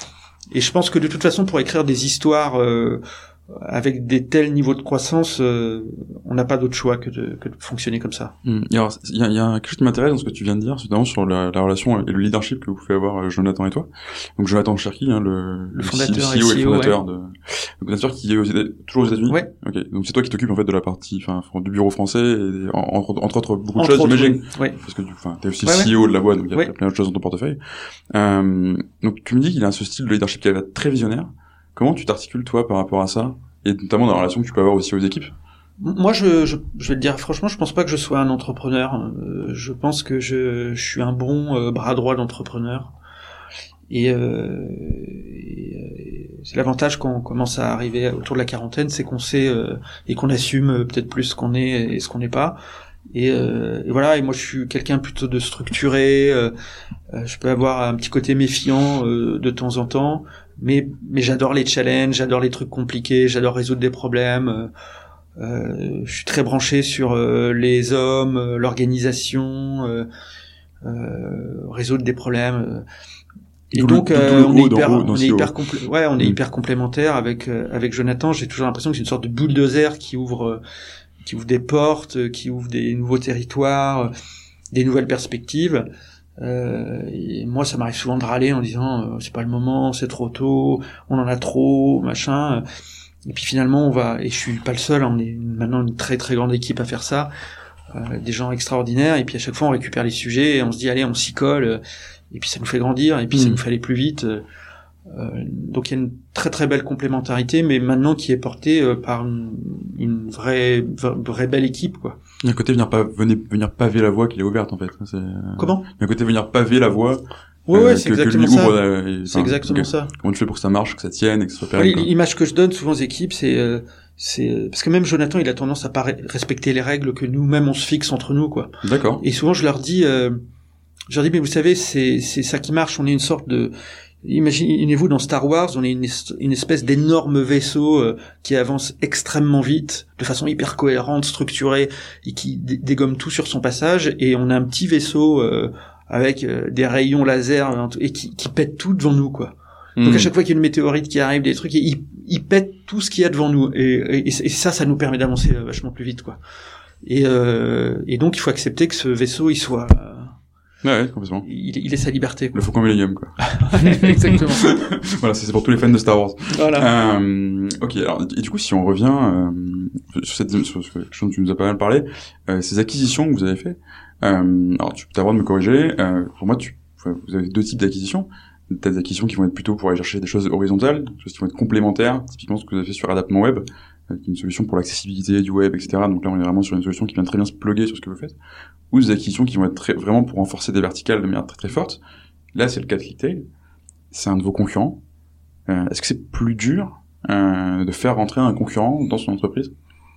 et je pense que de toute façon pour écrire des histoires euh, avec des tels niveaux de croissance, euh, on n'a pas d'autre choix que de, que de fonctionner comme ça. Mmh. Il y a, il y a quelque chose qui m'intéresse dans ce que tu viens de dire, notamment sur la, la relation et le leadership que vous pouvez avoir, Jonathan et toi. Donc Jonathan Cherki, hein, le, le fondateur C E O et, et le fondateur ouais. de, le fondateur qui est aux, toujours aux États-Unis. Ouais. Ok. Donc c'est toi qui t'occupes en fait de la partie, enfin, du bureau français et entre, entre autres beaucoup de entre choses, j'imagine. Ouais. Parce que tu, enfin, t'es aussi ouais, C E O ouais. de la boîte, donc il y a ouais. plein de choses dans ton portefeuille. Euh, donc tu me dis qu'il a ce style de leadership qui est très visionnaire. Comment tu t'articules toi par rapport à ça? Et notamment dans la relation que tu peux avoir aussi aux équipes? Moi, je, je, je vais te dire franchement, je pense pas que je sois un entrepreneur. Euh, je pense que je, je suis un bon euh, bras droit d'entrepreneur. Et, euh, et, et c'est l'avantage quand on commence à arriver autour de la quarantaine, c'est qu'on sait euh, et qu'on assume euh, peut-être plus ce qu'on est et ce qu'on n'est pas. Et, euh, et voilà. Et moi, je suis quelqu'un plutôt de structuré. Euh, euh, je peux avoir un petit côté méfiant euh, de temps en temps. Mais, mais j'adore les challenges, j'adore les trucs compliqués, j'adore résoudre des problèmes. Euh, je suis très branché sur euh, les hommes, euh, l'organisation, euh, euh, résoudre des problèmes. Et d'où donc, le, euh, on, est hyper, haut, on est hyper, complé- ouais, on est mmh. hyper complémentaires avec euh, avec Jonathan. J'ai toujours l'impression que c'est une sorte de bulldozer qui ouvre, euh, qui ouvre des portes, qui ouvre des nouveaux territoires, euh, des nouvelles perspectives. Euh, et moi, ça m'arrive souvent de râler en disant euh, c'est pas le moment, c'est trop tôt, on en a trop, machin. Et puis finalement, on va, et je suis pas le seul, on est maintenant une très très grande équipe à faire ça, euh, des gens extraordinaires. Et puis à chaque fois, on récupère les sujets et on se dit allez, on s'y colle. Et puis ça nous fait grandir, et puis mmh. ça nous fait aller plus vite. Euh, donc il y a une très très belle complémentarité, mais maintenant qui est portée euh, par une, une vraie vraie belle équipe, quoi. Il y a un côté venir pas venir, venir paver la voie qui est ouverte en fait. C'est, Comment? Il y a un côté venir paver la voie. Ouais, euh, ouais, c'est que, exactement que lui ça. ouvre, euh, et, c'est exactement okay. ça. Comment tu fais pour que ça marche, que ça tienne et que ça soit pérenne? Ouais, l'image que je donne souvent aux équipes, c'est euh, c'est parce que même Jonathan, il a tendance à pas respecter les règles que nous-mêmes on se fixe entre nous, quoi. D'accord. Et souvent je leur dis, euh, je leur dis, mais vous savez, c'est c'est ça qui marche. On est une sorte de Imaginez-vous dans Star Wars, on est une, une espèce d'énorme vaisseau euh, qui avance extrêmement vite, de façon hyper cohérente, structurée, et qui dé- dégomme tout sur son passage, et on a un petit vaisseau euh, avec euh, des rayons laser et qui, qui pète tout devant nous, quoi. Mmh. Donc à chaque fois qu'il y a une météorite qui arrive, des trucs, il, il pète tout ce qu'il y a devant nous, et, et, et ça, ça nous permet d'avancer vachement plus vite, quoi. Et, euh, et donc il faut accepter que ce vaisseau, il soit euh, Ouais, ouais, complètement. Il, il est sa liberté, quoi. Le Faucon Millennium, quoi. Exactement. Voilà, c'est, c'est pour tous les fans de Star Wars. Voilà. Euh, ok, alors, et du coup, si on revient euh, sur cette sur ce chose dont tu nous as pas mal parlé, euh, ces acquisitions que vous avez fait, euh, alors tu as le droit de me corriger, euh, pour moi, tu, vous avez deux types d'acquisitions. T'as des acquisitions qui vont être plutôt pour aller chercher des choses horizontales, des choses qui vont être complémentaires, typiquement ce que vous avez fait sur Adaptement Web, qui est une solution pour l'accessibilité du web, et cetera. Donc là, on est vraiment sur une solution qui vient très bien se plugger sur ce que vous faites. Ou des acquisitions qui vont être très, vraiment pour renforcer des verticales de manière très très forte. Là, c'est le cas de ClickTale. C'est un de vos concurrents. Euh, est-ce que c'est plus dur euh, de faire rentrer un concurrent dans son entreprise ?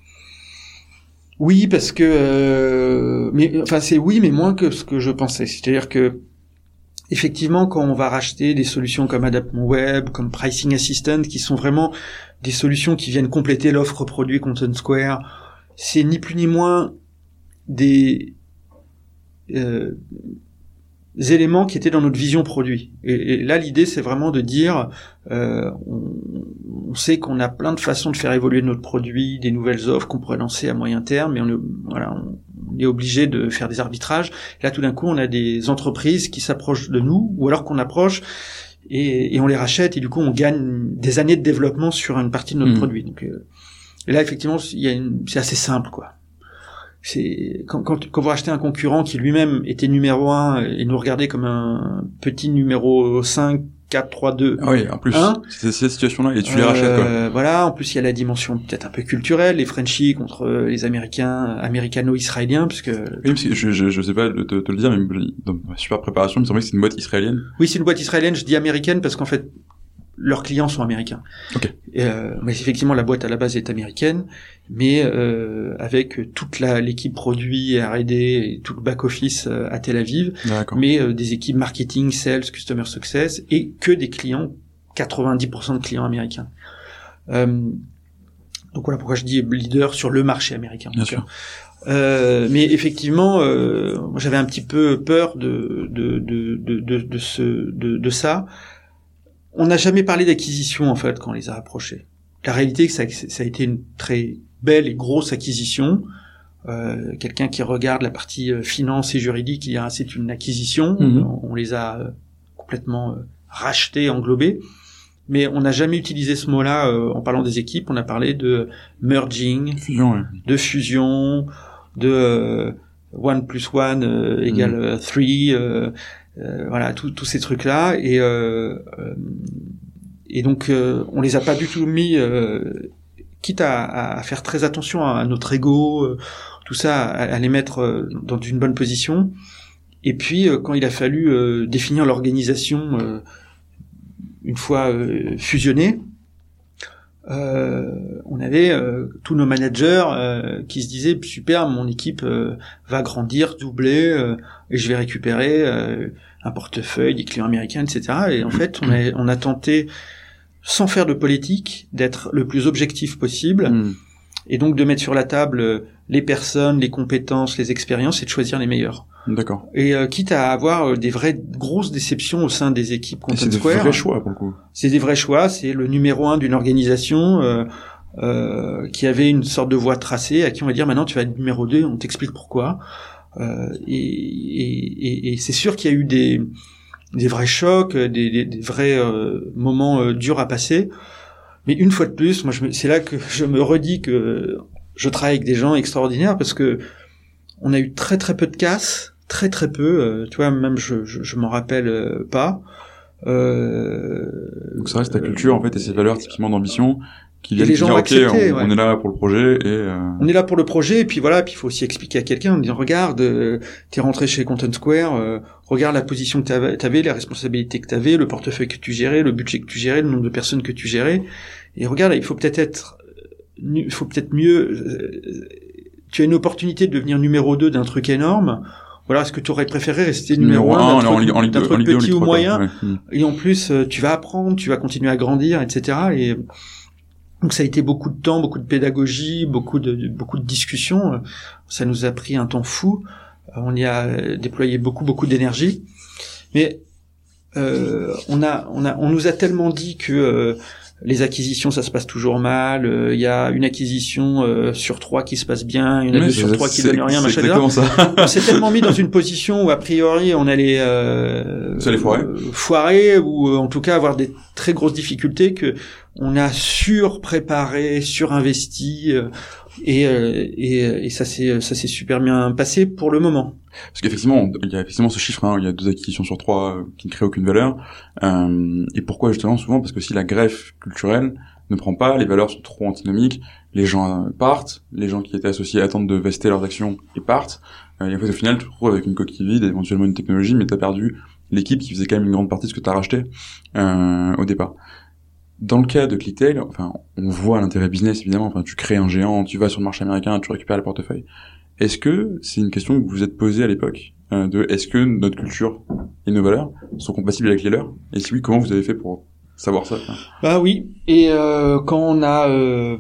Oui, parce que... Euh, mais enfin, c'est oui, mais moins que ce que je pensais. C'est-à-dire que effectivement, quand on va racheter des solutions comme Adaptement Web, comme Pricing Assistant, qui sont vraiment des solutions qui viennent compléter l'offre produit Content Square, c'est ni plus ni moins des euh, éléments qui étaient dans notre vision produit. Et, et là, l'idée, c'est vraiment de dire, euh, on, on sait qu'on a plein de façons de faire évoluer notre produit, des nouvelles offres qu'on pourrait lancer à moyen terme, mais on est, voilà, on, on est obligé de faire des arbitrages. Et là, tout d'un coup, on a des entreprises qui s'approchent de nous, ou alors qu'on approche et, et on les rachète, et du coup, on gagne des années de développement sur une partie de notre mmh. produit. Donc, euh, et là, effectivement, il y a une, c'est assez simple, quoi. C'est quand, quand, quand vous rachetez un concurrent qui lui-même était numéro un et nous regardait comme un petit numéro cinq, quatre, trois, deux. Ah oui, en plus, un, c'est cette situation-là et tu euh, les rachètes, quoi. Voilà, en plus il y a la dimension peut-être un peu culturelle, les Frenchies contre les Américains, américano-israéliens, parce que... Oui, parce que je, je, je sais pas te, te le dire, mais dans ma super préparation, il me semblait que c'est une boîte israélienne. Oui, c'est une boîte israélienne, je dis américaine parce qu'en fait, leurs clients sont américains. Ok. Euh, mais effectivement, la boîte à la base est américaine, mais euh, avec toute la l'équipe produit, R et D et tout le back office euh, à Tel Aviv, D'accord. mais euh, des équipes marketing, sales, customer success et que des clients, quatre-vingt-dix pour cent de clients américains. Euh, donc voilà pourquoi je dis leader sur le marché américain. Bien sûr. Euh, mais effectivement, euh, j'avais un petit peu peur de de de de de, de ce de, de ça. On n'a jamais parlé d'acquisition, en fait, quand on les a approchés. La réalité, c'est que ça a été une très belle et grosse acquisition. Euh, quelqu'un qui regarde la partie euh, finance et juridique, il y a, c'est une acquisition. Mmh. On, on les a euh, complètement euh, rachetés, englobés. Mais on n'a jamais utilisé ce mot-là euh, en parlant des équipes. On a parlé de merging, fusion, ouais. de fusion, de euh, one plus one euh, égale mmh. three, euh, Euh, voilà, tous ces trucs-là, et euh, euh, et donc euh, on les a pas du tout mis, euh, quitte à, à faire très attention à, à notre ego, euh, tout ça, à, à les mettre euh, dans une bonne position. Et puis euh, quand il a fallu euh, définir l'organisation euh, une fois euh, fusionnée, euh, on avait euh, tous nos managers euh, qui se disaient super, mon équipe euh, va grandir, doubler, euh, et je vais récupérer euh, un portefeuille, des clients américains, et cetera. Et en fait, on a, on a tenté, sans faire de politique, d'être le plus objectif possible, mmh. et donc de mettre sur la table les personnes, les compétences, les expériences, et de choisir les meilleurs. D'accord. Et euh, quitte à avoir euh, des vraies grosses déceptions au sein des équipes Content Square. C'est des vrais choix pour le coup. C'est des vrais choix. C'est le numéro un d'une organisation euh, euh, qui avait une sorte de voie tracée, à qui on va dire maintenant tu vas être numéro deux, on t'explique pourquoi. Euh, et, et, et, et c'est sûr qu'il y a eu des, des vrais chocs, des, des, des vrais euh, moments euh, durs à passer. Mais une fois de plus, moi, je me, c'est là que je me redis que je travaille avec des gens extraordinaires parce que on a eu très très peu de casses. Très très peu, euh, tu vois, même je je, je m'en rappelle euh, pas. Euh, Donc ça reste ta culture en fait et ces valeurs typiquement d'ambition qui viennent les gens dire ok, on, ouais. on est là pour le projet et euh... on est là pour le projet et puis voilà, puis il faut aussi expliquer à quelqu'un en disant regarde, euh, t'es rentré chez Content Square, euh, regarde la position que t'avais, t'avais, les responsabilités que t'avais, le portefeuille que tu gérais, le budget que tu gérais, le nombre de personnes que tu gérais et regarde, il faut peut-être être, il faut peut-être mieux. Euh, tu as une opportunité de devenir numéro deux d'un truc énorme. Voilà, est-ce que tu aurais préféré rester numéro un d'un truc, d'un truc petit ou moyen, ouais. Et en plus tu vas apprendre, tu vas continuer à grandir, et cetera. Et donc ça a été beaucoup de temps, beaucoup de pédagogie, beaucoup de beaucoup de discussions. Ça nous a pris un temps fou. On y a déployé beaucoup beaucoup d'énergie, mais euh, on a on a on nous a tellement dit que euh, les acquisitions, ça se passe toujours mal. Il euh, y a une acquisition euh, sur trois qui se passe bien, une oui, sur trois qui donne rien, machin. On s'est tellement mis dans une position où a priori on allait, euh, allait foirer. Euh, foirer ou euh, en tout cas avoir des très grosses difficultés que on a surpréparé, surinvesti euh, et, euh, et et ça s'est ça s'est super bien passé pour le moment. Parce qu'effectivement, il y a effectivement ce chiffre, hein, il y a deux acquisitions sur trois euh, qui ne créent aucune valeur. Euh, et pourquoi justement souvent parce que si la greffe culturelle ne prend pas, les valeurs sont trop antinomiques, les gens partent, les gens qui étaient associés attendent de vester leurs actions et partent. Euh, et en fait, au final, tu te retrouves avec une coquille vide, éventuellement une technologie, mais t'as perdu l'équipe qui faisait quand même une grande partie de ce que t'as racheté euh, au départ. Dans le cas de ClickTail, enfin, on voit l'intérêt business évidemment. Enfin, tu crées un géant, tu vas sur le marché américain, tu récupères le portefeuille. Est-ce que c'est une question que vous vous êtes posée à l'époque euh, de est-ce que notre culture et nos valeurs sont compatibles avec les leurs? Et si oui, comment vous avez fait pour savoir ça? Bah oui. Et euh, quand on a euh,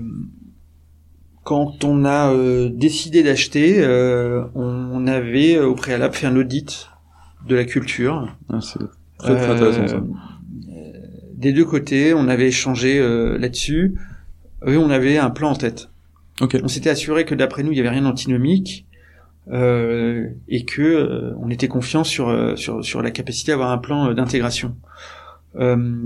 quand on a euh, décidé d'acheter, euh, on avait au préalable fait un audit de la culture. Ah, c'est très, très intéressant, ça. Euh, des deux côtés, on avait échangé euh, là-dessus. Eux, on avait un plan en tête. Okay. On s'était assuré que d'après nous, il y avait rien d'antinomique euh, et que euh, on était confiant sur euh, sur sur la capacité d'avoir un plan euh, d'intégration. Euh,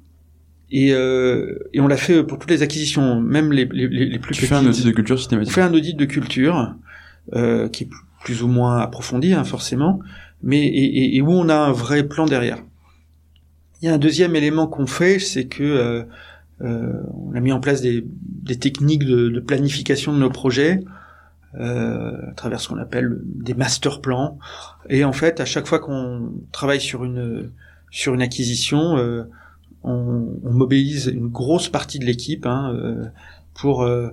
et euh, et on l'a fait pour toutes les acquisitions, même les les les plus tu petites. Tu fais un audit de culture systématique. On fait un audit de culture euh, qui est plus ou moins approfondi, hein, forcément, mais et, et, et où on a un vrai plan derrière. Il y a un deuxième élément qu'on fait, c'est que euh, euh, on a mis en place des, des techniques de, de planification de nos projets euh, à travers ce qu'on appelle des master plans. Et en fait, à chaque fois qu'on travaille sur une sur une acquisition, euh, on, on mobilise une grosse partie de l'équipe hein, euh, pour euh,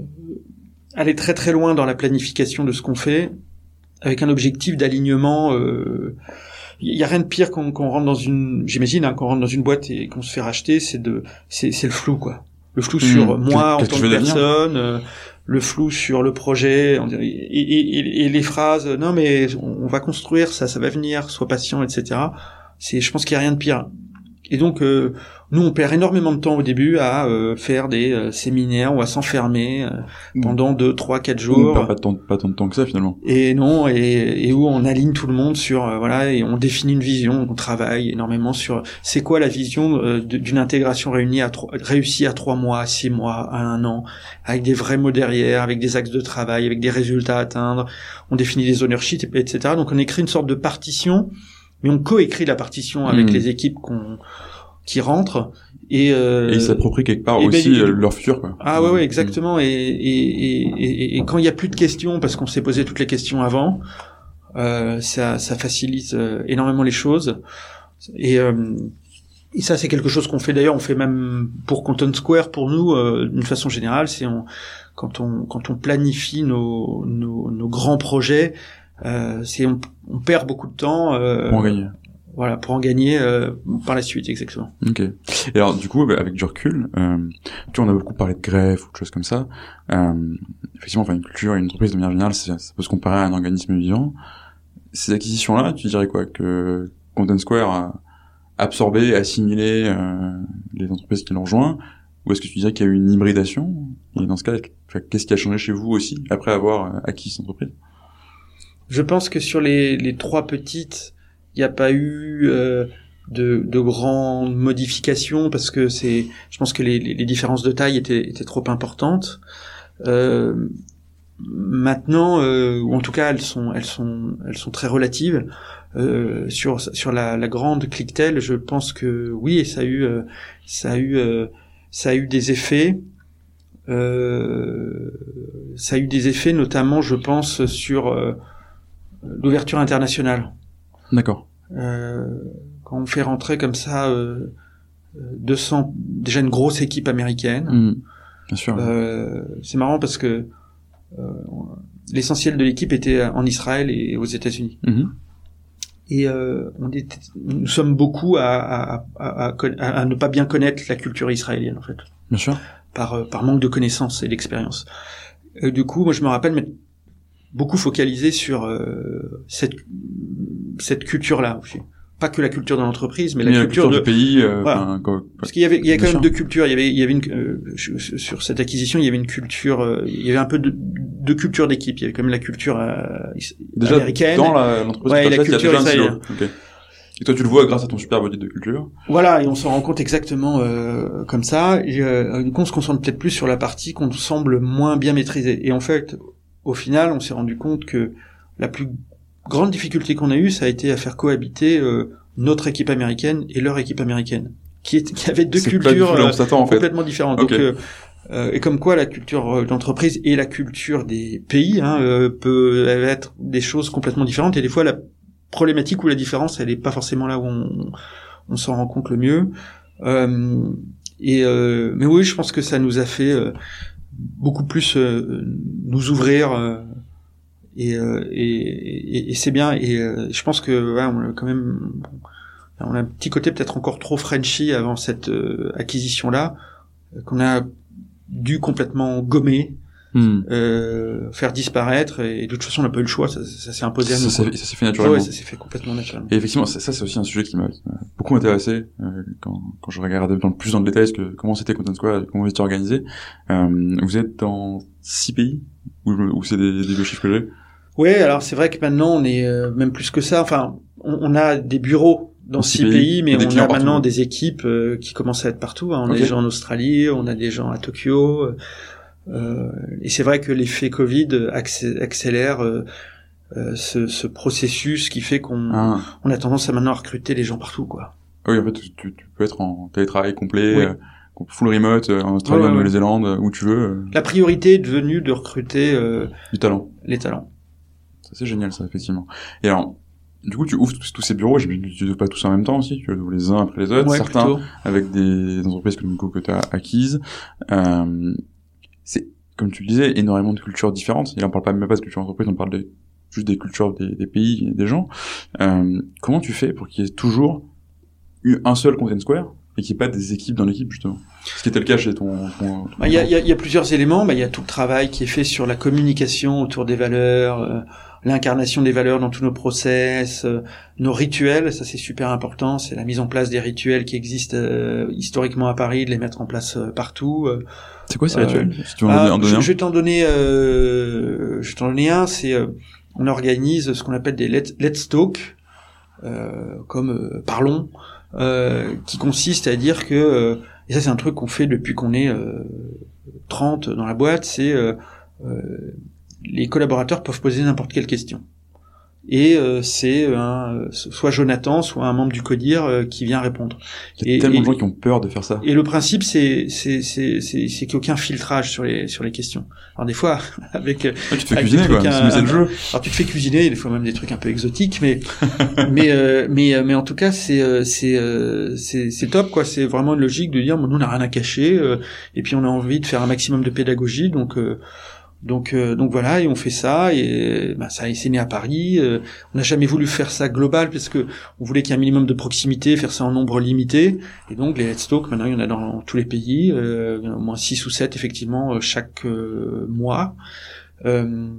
aller très très loin dans la planification de ce qu'on fait, avec un objectif d'alignement. Euh, Il y a rien de pire quand qu'on rentre dans une, j'imagine, hein, qu'on rentre dans une boîte et qu'on se fait racheter, c'est de, c'est, c'est le flou, quoi. Le flou mmh. sur moi en Qu'est-ce tant que, que personne, euh, le flou sur le projet, et, et, et, et les phrases, non mais on, on va construire ça, ça va venir, sois patient, et cetera. C'est, je pense qu'il y a rien de pire. Et donc, euh, nous, on perd énormément de temps au début à euh, faire des euh, séminaires, on va s'enfermer euh, mmh. pendant deux, trois, quatre jours. On perd pas tant, pas tant de temps que ça, finalement. Et non, et, et où on aligne tout le monde sur, euh, voilà, et on définit une vision, on travaille énormément sur c'est quoi la vision euh, d'une intégration réunie à trois, réussie à trois mois, à six mois, à un an, avec des vrais mots derrière, avec des axes de travail, avec des résultats à atteindre. On définit des ownerships, et cetera. Donc on écrit une sorte de partition, mais on coécrit la partition avec mmh. les équipes qu'on qui rentrent et, euh, et ils s'approprient quelque part aussi ben, leur futur, quoi. Ah ouais, ouais, exactement. Mmh. Et, et, et, et quand il y a plus de questions parce qu'on s'est posé toutes les questions avant, euh, ça, ça facilite euh, énormément les choses. Et, euh, et ça, c'est quelque chose qu'on fait d'ailleurs. On fait même pour Content Square pour nous, euh, d'une façon générale, c'est on, quand on quand on planifie nos nos, nos grands projets, euh, c'est on, on perd beaucoup de temps. Euh, pour en gagner. Voilà, pour en gagner euh, par la suite, exactement. Ok. Et alors, du coup, avec du recul, euh, tu vois, on a beaucoup parlé de greffe ou de choses comme ça. Euh, effectivement, enfin, une culture et une entreprise de manière générale, ça, ça peut se comparer à un organisme vivant. Ces acquisitions-là, tu dirais quoi? Que Content Square a absorbé, assimilé euh, les entreprises qui l'ont rejoint? Ou est-ce que tu dirais qu'il y a eu une hybridation? Et dans ce cas, qu'est-ce qui a changé chez vous aussi, après avoir acquis cette entreprise? Je pense que sur les, les trois petites, il n'y a pas eu euh, de, de grandes modifications parce que c'est, je pense que les, les différences de taille étaient, étaient trop importantes. Euh, maintenant, euh, ou en tout cas, elles sont, elles sont, elles sont très relatives. Euh, sur sur la, la grande Clicktel, je pense que oui, ça a eu, euh, ça a eu, euh, ça a eu des effets. Euh, ça a eu des effets, notamment, je pense, sur euh, l'ouverture internationale. D'accord. Euh, quand on fait rentrer comme ça euh, deux cents, déjà une grosse équipe américaine. Mmh, bien sûr. Euh, c'est marrant parce que euh, l'essentiel de l'équipe était en Israël et aux États-Unis. Mmh. Et euh, on était, nous sommes beaucoup à, à, à, à, à ne pas bien connaître la culture israélienne en fait. Bien sûr. Par par manque de connaissances et d'expérience. Euh, du coup, moi je me rappelle mais beaucoup focalisé sur euh, cette cette culture-là aussi. Pas que la culture de l'entreprise, mais, mais la, culture, culture de... du pays. Euh, voilà. enfin, quoi, Parce qu'il y avait, il y a quand même sûr. deux cultures. Il y avait, il y avait une euh, sur cette acquisition, il y avait une culture, euh, il y avait un peu de, de culture d'équipe. Il y avait quand même la culture euh, déjà américaine. Dans la, l'entreprise, ouais, et la culture israélienne. Okay. Et toi, tu le vois grâce à ton super audit de culture. Voilà, et on s'en rend compte exactement euh, comme ça. Et euh, du coup, on se concentre peut-être plus sur la partie qu'on semble moins bien maîtriser. Et en fait, au final, on s'est rendu compte que la plus grande difficulté qu'on a eue, ça a été à faire cohabiter euh, notre équipe américaine et leur équipe américaine, qui, est, qui avait deux c'est cultures euh, en fait. complètement différentes. Okay. Donc, euh, euh, et comme quoi la culture d'entreprise et la culture des pays hein, euh, peut être des choses complètement différentes. Et des fois, la problématique ou la différence, elle est pas forcément là où on, on s'en rend compte le mieux. Euh, et euh, mais oui, je pense que ça nous a fait euh, beaucoup plus euh, nous ouvrir. Euh, Et, euh, et, et, et c'est bien. Et euh, je pense que ouais, on a quand même, on a un petit côté peut-être encore trop Frenchy avant cette euh, acquisition-là, euh, qu'on a dû complètement gommer Mmh. Euh, faire disparaître, et de toute façon on n'a pas eu le choix, ça, ça s'est imposé à nous. Ça, ça, ça s'est fait naturellement. Ouais, ça s'est fait complètement naturellement. Et effectivement, ça, ça c'est aussi un sujet qui m'a, qui m'a beaucoup intéressé euh, quand, quand je regardais dans le plus dans le détail ce que, comment c'était Content Square, comment c'était organisé. Euh, vous êtes dans six pays où, où c'est des, des vieux chiffres que j'ai. Ouais, alors c'est vrai que maintenant on est euh, même plus que ça. Enfin, on, on a des bureaux dans six pays, pays mais on a maintenant partout. Des équipes euh, qui commencent à être partout. Hein. On okay. a des gens en Australie, on a des gens à Tokyo. Euh, Euh, et c'est vrai que l'effet Covid accélère euh, euh, ce, ce processus qui fait qu'on ah. on a tendance à maintenant à recruter les gens partout, quoi. Oui, en fait, tu, tu peux être en télétravail complet, oui. euh, full remote, en Australie, ouais, en Nouvelle-Zélande, ouais. où tu veux. Euh... La priorité est devenue de recruter euh, du talent. Les talents. Ça, c'est génial, ça, effectivement. Et alors, du coup, tu ouvres tous, tous ces bureaux, je tu ne pas tous en même temps aussi, tu ouvres les uns après les autres, ouais, certains plutôt. Avec des entreprises que, que tu as acquises. Euh, c'est, comme tu le disais, énormément de cultures différentes. Et là, on parle pas même pas de culture d'entreprise, on parle de, juste des cultures des, des pays et des gens. Euh, comment tu fais pour qu'il y ait toujours eu un seul Content Square et qu'il n'y ait pas des équipes dans l'équipe, justement? Ce qui était le cas chez ton... ton, ton bah, il y a, il y a, il y a plusieurs éléments. Bah, il y a tout le travail qui est fait sur la communication autour des valeurs, euh, l'incarnation des valeurs dans tous nos process, euh, nos rituels, ça c'est super important. C'est la mise en place des rituels qui existent euh, historiquement à Paris, de les mettre en place euh, partout. Euh, C'est quoi ces rituels euh, si tu veux ah, en donner je, un. je vais t'en donner, euh, je vais t'en donner un. C'est, euh, on organise ce qu'on appelle des let's, let's talk, euh, comme euh, parlons, euh, qui consiste à dire que, euh, et ça c'est un truc qu'on fait depuis qu'on est euh, trente dans la boîte, c'est euh, euh, les collaborateurs peuvent poser n'importe quelle question. Et euh, c'est un, soit Jonathan, soit un membre du CODIR euh, qui vient répondre. Il y a et, tellement et, de gens qui ont peur de faire ça. Et le principe, c'est c'est c'est c'est, c'est qu'il n'y a aucun filtrage sur les sur les questions. Alors des fois, avec ouais, tu te fais cuisiner quoi, un, mais c'est le jeu. Alors tu te fais cuisiner, des fois même des trucs un peu exotiques, mais mais euh, mais mais en tout cas c'est c'est c'est c'est top quoi. C'est vraiment une logique de dire bon, nous on n'a rien à cacher euh, et puis on a envie de faire un maximum de pédagogie, donc. Euh, Donc euh, donc voilà, et on fait ça, et bah, ça c'est né à Paris. Euh, on n'a jamais voulu faire ça global parce que on voulait qu'il y ait un minimum de proximité, faire ça en nombre limité. Et donc les Let's Talk, maintenant il y en a dans tous les pays, euh, il y en a au moins six ou sept effectivement chaque euh, mois. Euh,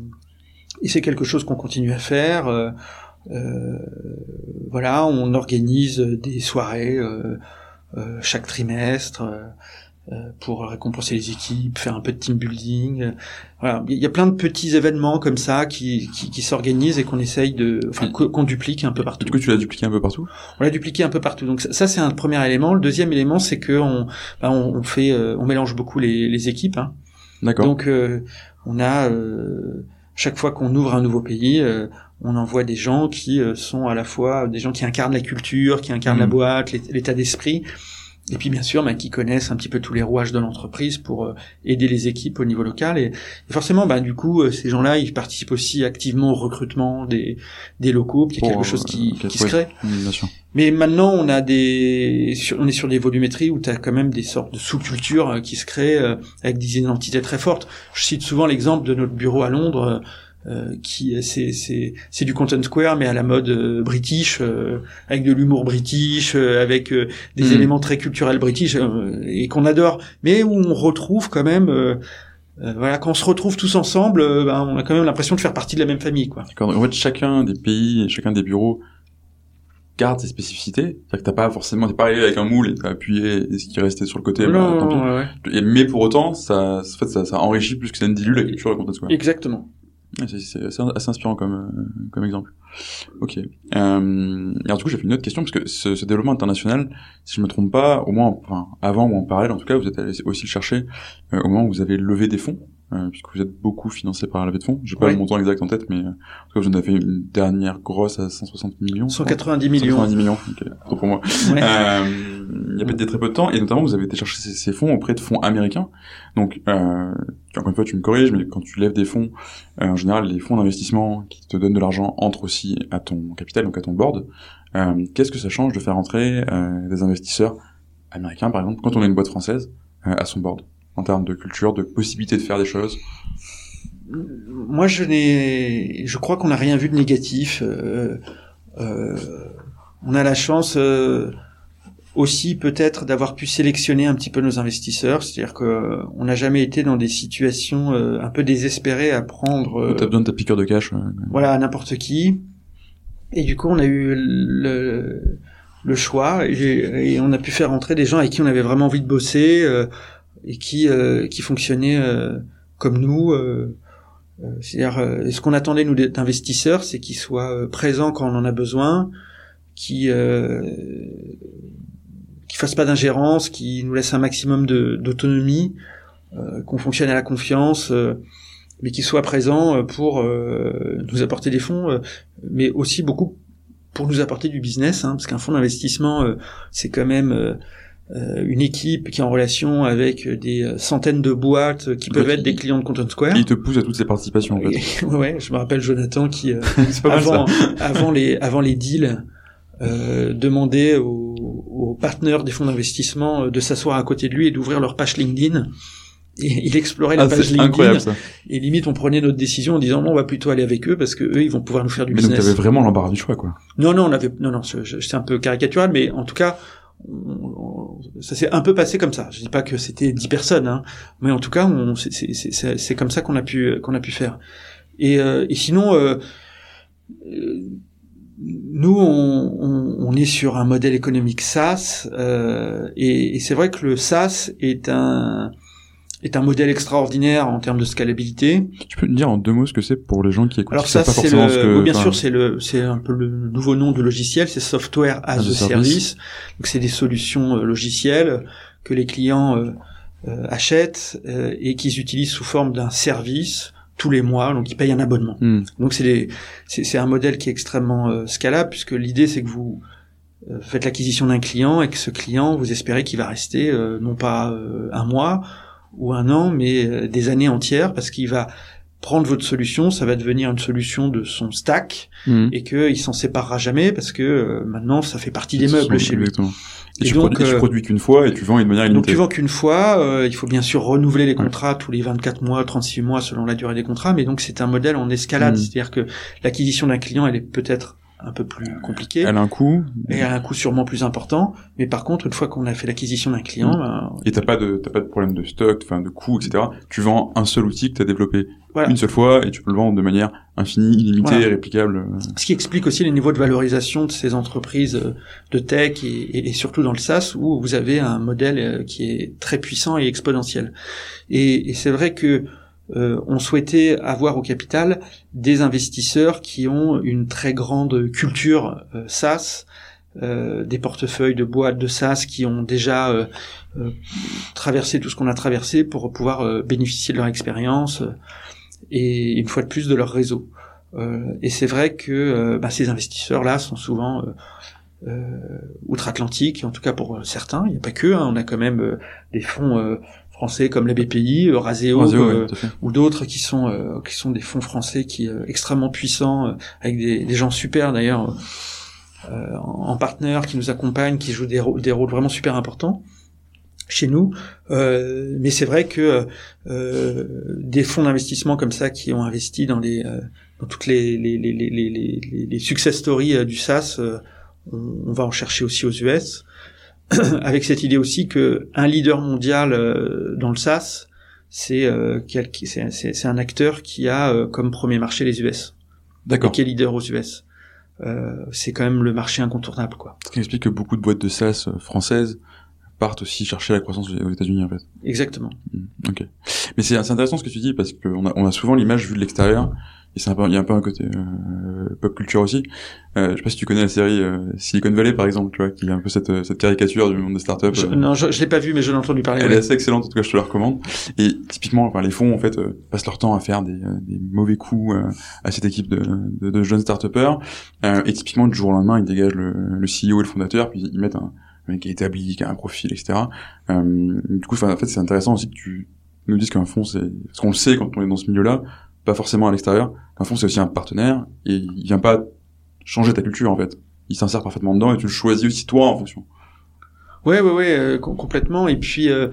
et c'est quelque chose qu'on continue à faire. Euh, euh, voilà, on organise des soirées euh, euh, chaque trimestre. Euh, pour récompenser les équipes, faire un peu de team building. Euh, voilà, il y a plein de petits événements comme ça qui qui, qui s'organisent et qu'on essaye de, enfin qu'on duplique un peu partout. Du coup, tu l'as dupliqué un peu partout. On l'a dupliqué un peu partout. Donc ça, ça c'est un premier élément. Le deuxième élément, c'est que on bah, on, on fait, euh, on mélange beaucoup les, les équipes. Hein. D'accord. Donc euh, on a euh, chaque fois qu'on ouvre un nouveau pays, euh, on envoie des gens qui euh, sont à la fois des gens qui incarnent la culture, qui incarnent mmh. la boîte, l'état d'esprit. Et puis bien sûr, bah, qui connaissent un petit peu tous les rouages de l'entreprise pour euh, aider les équipes au niveau local. Et, et forcément, bah, du coup, euh, ces gens-là, ils participent aussi activement au recrutement des, des locaux, puis il y a quelque chose qui, euh, qui se crée. Bien sûr. Mais maintenant, on a des, sur, on est sur des volumétries où tu as quand même des sortes de sous-cultures euh, qui se créent euh, avec des identités très fortes. Je cite souvent l'exemple de notre bureau à Londres. Euh, Euh, qui c'est c'est c'est du Content Square mais à la mode euh, british euh, avec de l'humour british euh, avec euh, des mmh. éléments très culturels british euh, et qu'on adore, mais où on retrouve quand même euh, euh, voilà, quand on se retrouve tous ensemble euh, ben, on a quand même l'impression de faire partie de la même famille quoi. D'accord. En fait, chacun des pays, chacun des bureaux garde ses spécificités, c'est-à-dire que t'as pas forcément, t'es pas arrivé avec un moule et t'as appuyé ce qui restait sur le côté, non, bah, tant pis. Ouais, ouais. Mais pour autant, ça, en fait, ça, ça enrichit plus que ça ne dilue la culture de Content Square. Exactement. C'est, c'est assez, assez inspirant comme, euh, comme exemple. Ok. Euh, et alors du coup, j'ai fait une autre question, parce que ce, ce développement international, si je me trompe pas, au moins, enfin, avant ou en parallèle, en tout cas, vous êtes allé aussi le chercher euh, au moment où vous avez levé des fonds, euh, puisque vous êtes beaucoup financé par la levée de fonds. J'ai pas ouais. le montant exact en tête, mais euh, en tout cas, vous en avez fait une dernière grosse à cent soixante millions. cent quatre-vingt-dix millions. cent quatre-vingt-dix millions, ok, trop pour moi. Ouais. Euh, il y a peut-être très peu de temps, et notamment, vous avez été chercher ces, ces fonds auprès de fonds américains. Donc, euh, encore une fois, tu me corriges, mais quand tu lèves des fonds, euh, en général, les fonds d'investissement qui te donnent de l'argent entrent aussi à ton capital, donc à ton board. Euh, qu'est-ce que ça change de faire entrer euh, des investisseurs américains, par exemple, quand on est une boîte française, euh, à son board, en termes de culture, de possibilité de faire des choses? Moi, je n'ai, je crois qu'on n'a rien vu de négatif. Euh, euh, on a la chance. Euh, aussi peut-être d'avoir pu sélectionner un petit peu nos investisseurs, c'est-à-dire que euh, on n'a jamais été dans des situations euh, un peu désespérées à prendre. Euh, T'as besoin de ta piqûre de cash. Euh, voilà, à n'importe qui. Et du coup, on a eu le, le choix et, et on a pu faire entrer des gens avec qui on avait vraiment envie de bosser euh, et qui euh, qui fonctionnaient euh, comme nous. Euh, euh, c'est-à-dire, euh, ce qu'on attendait nous d'investisseurs, c'est qu'ils soient euh, présents quand on en a besoin, qui euh, qui fassent pas d'ingérence, qui nous laissent un maximum de, d'autonomie, euh, qu'on fonctionne à la confiance. Euh, mais qui soit présent pour euh, nous apporter des fonds, euh, mais aussi beaucoup pour nous apporter du business, hein, parce qu'un fonds d'investissement, euh, c'est quand même euh, une équipe qui est en relation avec des centaines de boîtes qui peuvent ouais, être des clients de Content Square. Et il te pousse à toutes ces participations, en fait. Ouais, je me rappelle Jonathan qui, euh, c'est pas avant, mal, ça. avant les avant les deals, euh, demandait aux, aux partenaires des fonds d'investissement de s'asseoir à côté de lui et d'ouvrir leur page LinkedIn. Et il explorait la ah, page LinkedIn. Incroyable, ça. Et limite, on prenait notre décision en disant non, on va plutôt aller avec eux parce que eux, ils vont pouvoir nous faire du mais business. Mais donc, t'avais vraiment l'embarras du choix, quoi. Non, non, on avait, non, non, c'est un peu caricatural, mais en tout cas, on, on, ça s'est un peu passé comme ça. Je dis pas que c'était dix personnes, hein, mais en tout cas, on, c'est, c'est, c'est, c'est comme ça qu'on a pu, qu'on a pu faire. Et, euh, et sinon, euh, euh, nous, on, on, on est sur un modèle économique SaaS, euh, et, et c'est vrai que le SaaS est un est un modèle extraordinaire en termes de scalabilité. Tu peux me dire en deux mots ce que c'est pour les gens qui écoutent? Alors ça, c'est le, que, oui, bien enfin... sûr, c'est le, c'est un peu le nouveau nom du logiciel, c'est Software as, as a Service. Service. Donc c'est des solutions euh, logicielles que les clients euh, euh, achètent euh, et qu'ils utilisent sous forme d'un service tous les mois, donc ils payent un abonnement. Mm. Donc c'est, des, c'est, c'est un modèle qui est extrêmement euh, scalable puisque l'idée c'est que vous euh, faites l'acquisition d'un client et que ce client, vous espérez qu'il va rester euh, non pas euh, un mois ou un an, mais des années entières, parce qu'il va prendre votre solution, ça va devenir une solution de son stack, mmh. et qu'il s'en séparera jamais, parce que euh, maintenant, ça fait partie des meubles chez lui. Et, et tu, donc, produis, euh, tu produis qu'une fois, et tu vends de manière illimitée. Donc tu vends qu'une fois, euh, il faut bien sûr renouveler les contrats ouais. tous les vingt-quatre mois, trente-six mois, selon la durée des contrats, mais donc c'est un modèle en escalade, mmh. c'est-à-dire que l'acquisition d'un client, elle est peut-être un peu plus compliqué. Elle a un coût. Et elle a un coût sûrement plus important. Mais par contre, une fois qu'on a fait l'acquisition d'un client, mmh. ben, et t'as pas de, t'as pas de problème de stock, enfin, de coût, et cetera. Tu vends un seul outil que t'as développé voilà. une seule fois et tu peux le vendre de manière infinie, illimitée, voilà. réplicable. Ce qui explique aussi les niveaux de valorisation de ces entreprises de tech et, et, et surtout dans le SaaS où vous avez un modèle qui est très puissant et exponentiel. Et, et c'est vrai que Euh, on souhaitait avoir au capital des investisseurs qui ont une très grande culture euh, SaaS, euh, des portefeuilles de boîtes de SaaS qui ont déjà euh, euh, traversé tout ce qu'on a traversé pour pouvoir euh, bénéficier de leur expérience euh, et une fois de plus de leur réseau. Euh, et c'est vrai que euh, bah, ces investisseurs-là sont souvent euh, euh, outre-Atlantique, en tout cas pour certains. Il n'y a pas que, hein, on a quand même euh, des fonds euh, français comme la B P I, Raseo, Raseo euh, ouais, ou d'autres qui sont euh, qui sont des fonds français qui euh, extrêmement puissants, euh, avec des, des gens super d'ailleurs euh, en, en partenaire qui nous accompagnent, qui jouent des, rô- des rôles vraiment super importants chez nous. Euh, mais c'est vrai que euh, des fonds d'investissement comme ça qui ont investi dans les euh, dans toutes les les les les les, les success stories euh, du SaaS, euh, on, on va en chercher aussi aux U S. Avec cette idée aussi que un leader mondial euh, dans le SaaS, c'est, euh, c'est, c'est, c'est un acteur qui a euh, comme premier marché les U S. D'accord. Et qui est leader aux U S. Euh, c'est quand même le marché incontournable, quoi. Ce qui explique que beaucoup de boîtes de SaaS françaises partent aussi chercher la croissance aux États-Unis, en fait. Exactement. Mmh, ok. Mais c'est, c'est intéressant ce que tu dis parce qu'on a, on a souvent l'image vue de l'extérieur. Et c'est un peu, il y a un peu un côté euh, pop culture aussi. Euh, je sais pas si tu connais la série euh, Silicon Valley par exemple, tu vois, qui a un peu cette cette caricature du monde des startups. Je, euh, non, je, je l'ai pas vu, mais je l'ai entendu parler. Elle ouais. est assez excellente, en tout cas, je te la recommande. Et typiquement, enfin, les fonds en fait euh, passent leur temps à faire des, euh, des mauvais coups euh, à cette équipe de, de, de jeunes start-upers. Euh, et typiquement, du jour au lendemain, ils dégagent le, le C E O et le fondateur, puis ils mettent un, un mec qui est établi, qui a un profil, et cetera. Euh, du coup, en fait, c'est intéressant aussi que tu nous dises qu'un fonds, c'est parce qu'on le sait quand on est dans ce milieu-là. Pas forcément à l'extérieur. Qu'un fonds, c'est aussi un partenaire et il vient pas changer ta culture en fait. Il s'insère parfaitement dedans et tu le choisis aussi toi en fonction. Ouais, ouais, ouais, euh, complètement. Et puis, euh,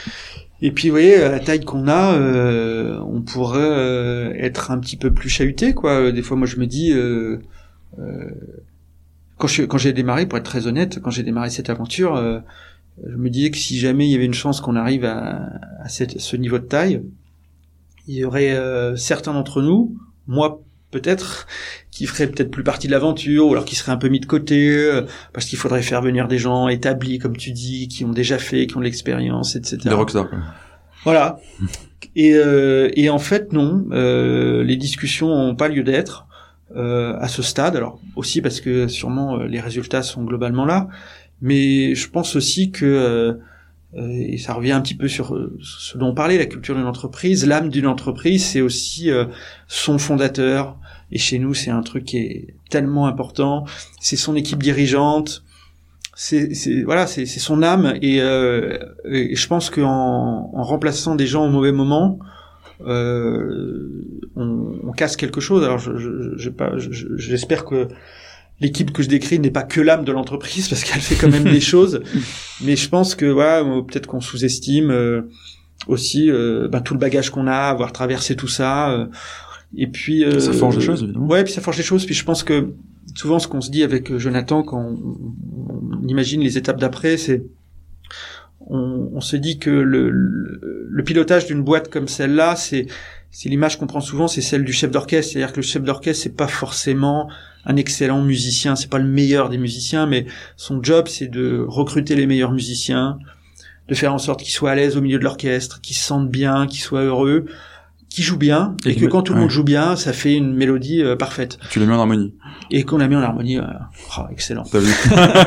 et puis, vous voyez, à la taille qu'on a, euh, on pourrait euh, être un petit peu plus chahuté, quoi. Des fois, moi, je me dis, euh, euh, quand je quand j'ai démarré, pour être très honnête, quand j'ai démarré cette aventure, euh, je me disais que si jamais il y avait une chance qu'on arrive à, à cette, ce niveau de taille, il y aurait euh, certains d'entre nous, moi peut-être, qui feraient peut-être plus partie de l'aventure, ou alors qui seraient un peu mis de côté, euh, parce qu'il faudrait faire venir des gens établis, comme tu dis, qui ont déjà fait, qui ont de l'expérience, et cetera. Des rockstars, quoi. Voilà. Et, euh, et en fait, non, euh, les discussions n'ont pas lieu d'être euh, à ce stade. Alors aussi parce que sûrement euh, les résultats sont globalement là, mais je pense aussi que euh, et ça revient un petit peu sur ce dont on parlait, la culture d'une entreprise, l'âme d'une entreprise, c'est aussi euh, son fondateur. Et chez nous, c'est un truc qui est tellement important. C'est son équipe dirigeante. C'est, c'est voilà, c'est, c'est son âme. Et, euh, et je pense qu'en en remplaçant des gens au mauvais moment, euh, on, on casse quelque chose. Alors, je, je, je, pas, je, j'espère que l'équipe que je décris n'est pas que l'âme de l'entreprise, parce qu'elle fait quand même des choses. Mais je pense que voilà, peut-être qu'on sous-estime euh, aussi euh, ben, tout le bagage qu'on a, avoir traversé tout ça. Euh, et puis euh, ça forge les choses, évidemment. Ouais, puis ça forge les choses. Puis je pense que souvent, ce qu'on se dit avec Jonathan quand on, on imagine les étapes d'après, c'est on, on se dit que le, le, le pilotage d'une boîte comme celle-là, c'est c'est l'image qu'on prend souvent, c'est celle du chef d'orchestre. C'est-à-dire que le chef d'orchestre, c'est pas forcément un excellent musicien, c'est pas le meilleur des musiciens, mais son job, c'est de recruter les meilleurs musiciens, de faire en sorte qu'ils soient à l'aise au milieu de l'orchestre, qu'ils se sentent bien, qu'ils soient heureux, qu'ils jouent bien, et, et que quand tout le ouais. monde joue bien, ça fait une mélodie euh, parfaite. Tu les mets en harmonie. Et qu'on la met en harmonie, euh, oh, excellent. T'as vu.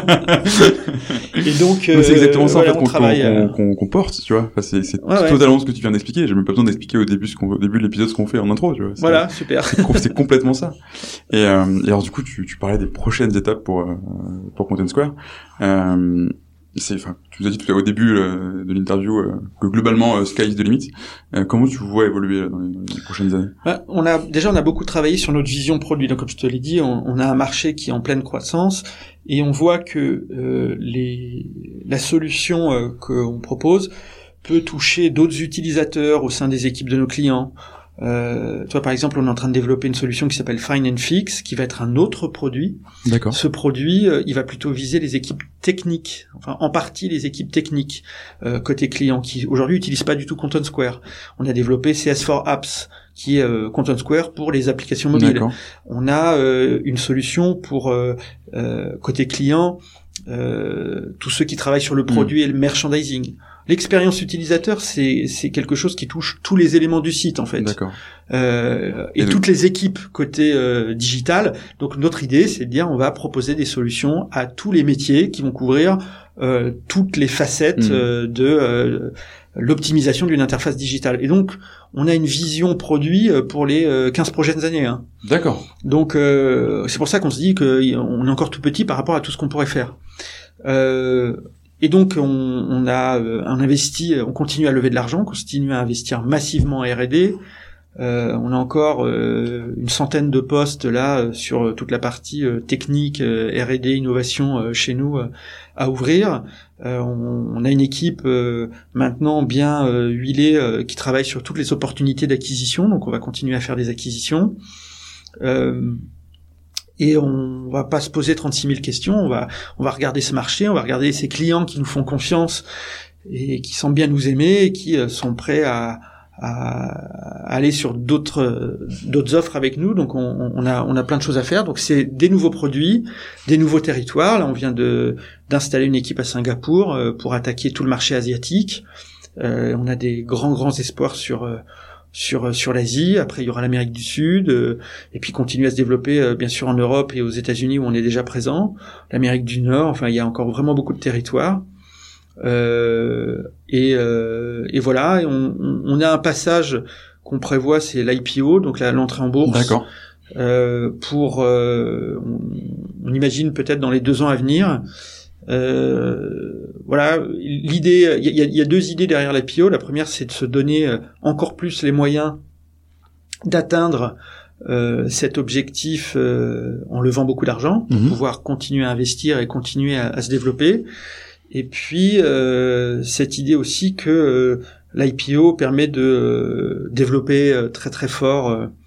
Et donc, euh, c'est exactement ça voilà, en fait, qu'on, qu'on, travaille, qu'on, euh... qu'on, qu'on porte, tu vois. Enfin, c'est, c'est ouais, totalement ouais. ce que tu viens d'expliquer. J'ai même pas besoin d'expliquer au début ce qu'on, au début de l'épisode ce qu'on fait en intro, tu vois. C'est, voilà, super. C'est, c'est complètement ça. Et, euh, et alors du coup, tu, tu parlais des prochaines étapes pour euh, pour Content Square. Euh, c'est, enfin, tu nous as dit tout à, au début euh, de l'interview euh, que globalement euh, sky is the limit. Euh, comment tu vois évoluer là, dans, les, dans les prochaines années? Bah, on a déjà on a beaucoup travaillé sur notre vision produit. Donc comme je te l'ai dit, on, on a un marché qui est en pleine croissance et on voit que euh, les la solution euh, qu'on propose peut toucher d'autres utilisateurs au sein des équipes de nos clients. Euh, toi, par exemple, on est en train de développer une solution qui s'appelle Find and Fix, qui va être un autre produit. D'accord. Ce produit, euh, il va plutôt viser les équipes techniques, enfin en partie les équipes techniques euh, côté client, qui aujourd'hui n'utilisent pas du tout Content Square. On a développé C S quatre Apps, qui est euh, Content Square pour les applications mobiles. D'accord. On a euh, une solution pour euh, euh, côté client, euh, tous ceux qui travaillent sur le produit mmh. et le merchandising. L'expérience utilisateur, c'est c'est quelque chose qui touche tous les éléments du site en fait. D'accord. Euh, et, et toutes le... les équipes côté euh, digital. Donc notre idée, c'est de dire on va proposer des solutions à tous les métiers qui vont couvrir euh, toutes les facettes mmh. euh, de euh, l'optimisation d'une interface digitale. Et donc on a une vision produit pour les euh, quinze prochaines années. Hein. D'accord. Donc euh, c'est pour ça qu'on se dit qu'on est encore tout petit par rapport à tout ce qu'on pourrait faire. Euh, Et donc on, on a euh, on investit, on continue à lever de l'argent, on continue à investir massivement en R et D. Euh, on a encore euh, une centaine de postes là euh, sur toute la partie euh, technique, euh, R et D, innovation euh, chez nous euh, à ouvrir. Euh, on, on a une équipe euh, maintenant bien euh, huilée euh, qui travaille sur toutes les opportunités d'acquisition. Donc on va continuer à faire des acquisitions. Euh, Et on va pas se poser trente-six mille questions, on va, on va regarder ce marché, on va regarder ces clients qui nous font confiance et qui semblent bien nous aimer et qui sont prêts à, à aller sur d'autres, d'autres offres avec nous. Donc on, on a, on a plein de choses à faire. Donc c'est des nouveaux produits, des nouveaux territoires. Là, on vient de, d'installer une équipe à Singapour pour attaquer tout le marché asiatique. Euh, on a des grands, grands espoirs sur, sur sur l'Asie, après il y aura l'Amérique du Sud, euh, et puis continuer à se développer euh, bien sûr en Europe et aux États-Unis où on est déjà présent, l'Amérique du Nord, enfin il y a encore vraiment beaucoup de territoires. Euh, et, euh, et voilà, et on, on a un passage qu'on prévoit, c'est l'I P O, donc la, l'entrée en bourse. D'accord. Euh, pour, euh, on, on imagine peut-être dans les deux ans à venir. Euh, voilà, l'idée, il y a, y a deux idées derrière l'I P O. La première, c'est de se donner encore plus les moyens d'atteindre euh, cet objectif euh, en levant beaucoup d'argent, pour mmh. pouvoir continuer à investir et continuer à, à se développer. Et puis euh, cette idée aussi que euh, l'I P O permet de euh, développer euh, très très fort euh,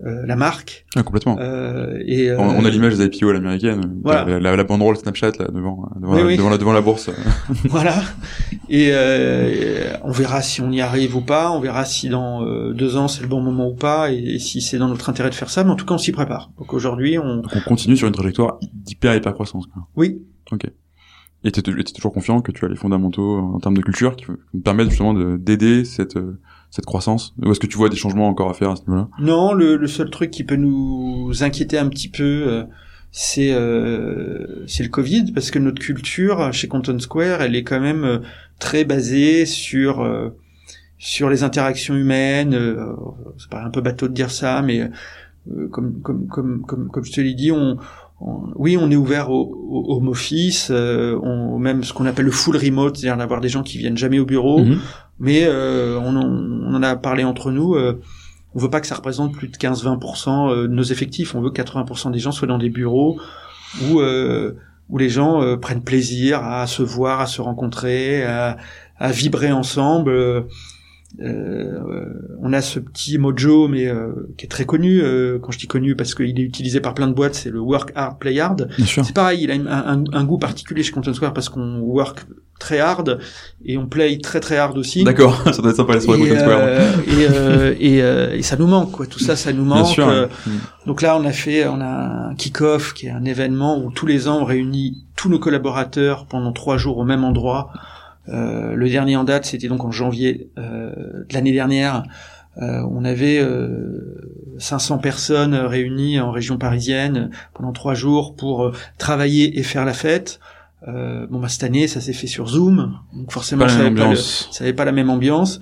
euh, la marque. Ah, complètement. Euh, et euh, on, on a l'image des I P O à l'américaine. Voilà. La, la, la banderole Snapchat là devant devant, oui, la, oui. devant la devant la bourse. Voilà. Et euh, on verra si on y arrive ou pas. On verra si dans euh, deux ans c'est le bon moment ou pas, et, et si c'est dans notre intérêt de faire ça. Mais en tout cas, on s'y prépare. Donc aujourd'hui, on. Donc on continue sur une trajectoire d'hyper hyper croissance. Quoi. Oui. Ok. Et t'es, t'es toujours confiant que tu as les fondamentaux en termes de culture qui me permettent justement de, d'aider cette, cette croissance? Ou est-ce que tu vois des changements encore à faire à ce niveau-là? Non, le, le seul truc qui peut nous inquiéter un petit peu, euh, c'est, euh, c'est le Covid, parce que notre culture chez Content Square, elle est quand même euh, très basée sur, euh, sur les interactions humaines. Euh, ça paraît un peu bateau de dire ça, mais euh, comme, comme, comme, comme, comme je te l'ai dit, on, On, oui, on est ouvert au, au home office, euh, on, même ce qu'on appelle le full remote, c'est-à-dire d'avoir des gens qui viennent jamais au bureau. Mmh. Mais euh, on, on en a parlé entre nous. Euh, on veut pas que ça représente plus de quinze à vingt pour cent de nos effectifs. On veut que quatre-vingts pour cent des gens soient dans des bureaux où euh, où les gens euh, prennent plaisir à se voir, à se rencontrer, à, à vibrer ensemble. Euh, Euh, on a ce petit mojo, mais euh, qui est très connu. Euh, quand je dis connu, parce qu'il est utilisé par plein de boîtes, c'est le work hard, play hard. C'est pareil, il a un, un, un goût particulier chez Content Square parce qu'on work très hard et on play très très hard aussi. D'accord, ça doit être sympa les soirées Content Square. Euh, et, euh, et, euh, et ça nous manque, quoi. Tout ça, ça nous manque. Bien sûr. Euh, mmh. Donc là, on a fait, on a un kick-off qui est un événement où tous les ans on réunit tous nos collaborateurs pendant trois jours au même endroit. Euh, le dernier en date, c'était donc en janvier euh, de l'année dernière. Euh, on avait euh, cinq cents personnes réunies en région parisienne pendant trois jours pour euh, travailler et faire la fête. Euh, bon, bah cette année, ça s'est fait sur Zoom, donc forcément, ça n'avait pas, ça avait pas la même ambiance.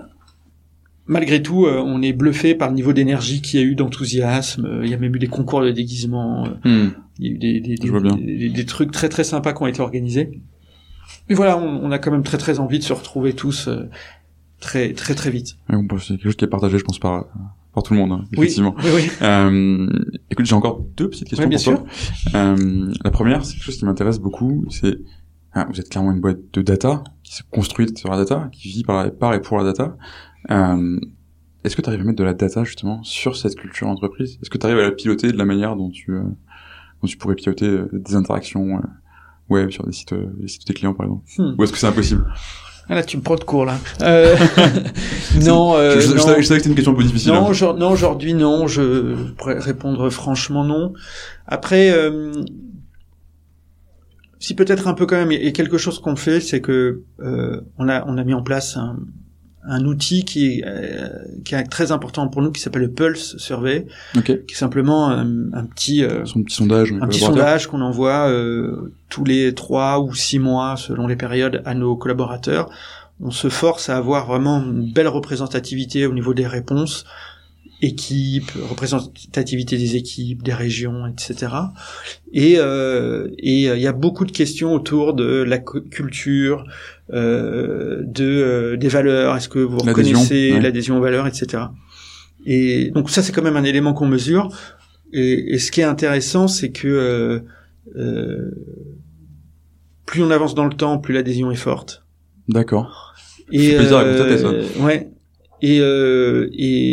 Malgré tout, euh, on est bluffé par le niveau d'énergie qu'il y a eu, d'enthousiasme. Il y a même eu des concours de déguisement. Hmm. Il y a eu des, des, des, des, des, des trucs très très sympas qui ont été organisés. Mais voilà, on, on a quand même très très envie de se retrouver tous euh, très très très vite. Ouais, bon, c'est quelque chose qui est partagé, je pense, par par tout le monde, hein, effectivement. Oui, oui, oui. Euh, écoute, j'ai encore deux petites questions ouais, pour bien toi. Euh, la première, c'est quelque chose qui m'intéresse beaucoup. C'est, hein, vous êtes clairement une boîte de data qui s'est construite sur la data, qui vit par, la, par et pour la data. Euh, est-ce que tu arrives à mettre de la data justement sur cette culture entreprise? Est-ce que tu arrives à la piloter de la manière dont tu euh, dont tu pourrais piloter euh, des interactions euh, web sur des sites, euh, des sites de tes clients par exemple? hmm. Ou est-ce que c'est impossible? Ah là, tu me prends de court là. Euh... non, euh, je, je, non. Je, savais, je savais que c'était une question un peu difficile. Non, hein. genre, non, aujourd'hui non. Je pourrais répondre franchement non. Après, euh, si peut-être un peu quand même. Et quelque chose qu'on fait, c'est que euh, on a on a mis en place un, un outil qui est euh, qui est très important pour nous, qui s'appelle le Pulse Survey, okay. qui est simplement un, un petit euh, un petit sondage, un petit sondage qu'on envoie euh, tous les trois ou six mois selon les périodes à nos collaborateurs. On se force à avoir vraiment une belle représentativité au niveau des réponses, équipes, représentativité des équipes, des régions, et cetera. Et euh, et il euh, y a beaucoup de questions autour de la culture, euh, de euh, des valeurs. Est-ce que vous reconnaissez ouais. l'adhésion aux valeurs, et cetera. Et donc ça, c'est quand même un élément qu'on mesure. Et, et ce qui est intéressant, c'est que euh, euh, plus on avance dans le temps, plus l'adhésion est forte. D'accord. Et c'est plaisir euh, à constater ça. Ouais. Et, euh,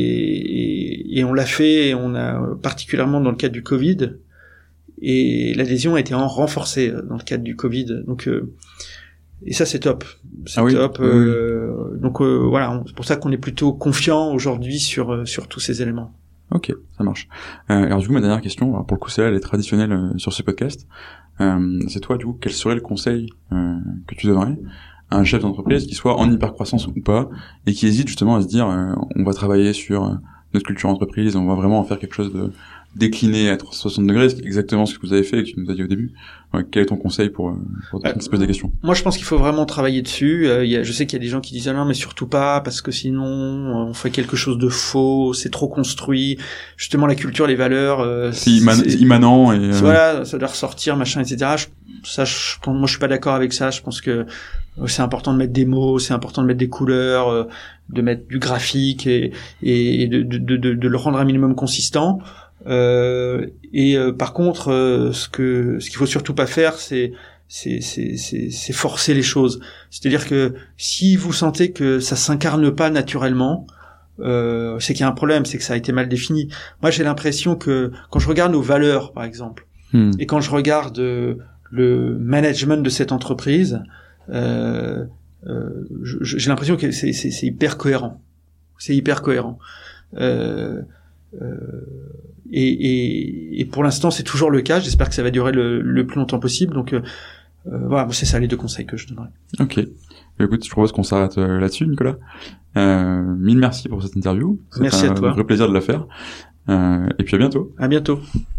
et et on l'a fait, et on a particulièrement dans le cadre du Covid, et l'adhésion a été en renforcée dans le cadre du Covid. Donc euh, et ça c'est top, c'est ah top. Oui, euh, oui. Donc euh, voilà, c'est pour ça qu'on est plutôt confiant aujourd'hui sur sur tous ces éléments. Ok, ça marche. Euh, alors du coup ma dernière question, alors pour le coup c'est là, elle est traditionnelle euh, sur ce podcast. Euh, c'est toi du coup, quel serait le conseil euh, que tu donnerais à un chef d'entreprise qui soit en hypercroissance ou pas, et qui hésite justement à se dire euh, on va travailler sur euh, notre culture entreprise, on va vraiment en faire quelque chose de décliné à trois cent soixante degrés, c'est exactement ce que vous avez fait et que tu nous as dit au début. Ouais, quel est ton conseil pour, pour euh, qui se pose des questions? Moi, je pense qu'il faut vraiment travailler dessus. Euh, y a, je sais qu'il y a des gens qui disent ah non, mais surtout pas, parce que sinon on fait quelque chose de faux, c'est trop construit. Justement, la culture, les valeurs, euh, c'est, imman- c'est immanent et euh... voilà, ça doit ressortir, machin, et cetera. Je, ça, je, moi, je suis pas d'accord avec ça. Je pense que c'est important de mettre des mots, c'est important de mettre des couleurs, euh, de mettre du graphique et, et de, de, de, de le rendre un minimum consistant. Euh, et euh, par contre, euh, ce que ce qu'il faut surtout pas faire, c'est c'est c'est c'est, c'est forcer les choses. C'est-à-dire que si vous sentez que ça s'incarne pas naturellement, euh, c'est qu'il y a un problème, c'est que ça a été mal défini. Moi, j'ai l'impression que quand je regarde nos valeurs, par exemple, hmm. et quand je regarde euh, le management de cette entreprise, euh, euh, je, j'ai l'impression que c'est, c'est, c'est hyper cohérent. C'est hyper cohérent. Euh, euh, et, et, et pour l'instant, c'est toujours le cas. J'espère que ça va durer le, le plus longtemps possible. Donc, euh, euh, voilà, c'est ça les deux conseils que je donnerais. Ok. Écoute, je propose qu'on s'arrête euh, là-dessus, Nicolas. Euh, mille merci pour cette interview. C'est merci un, à toi. un vrai plaisir de la faire. Euh, et puis à bientôt. À bientôt.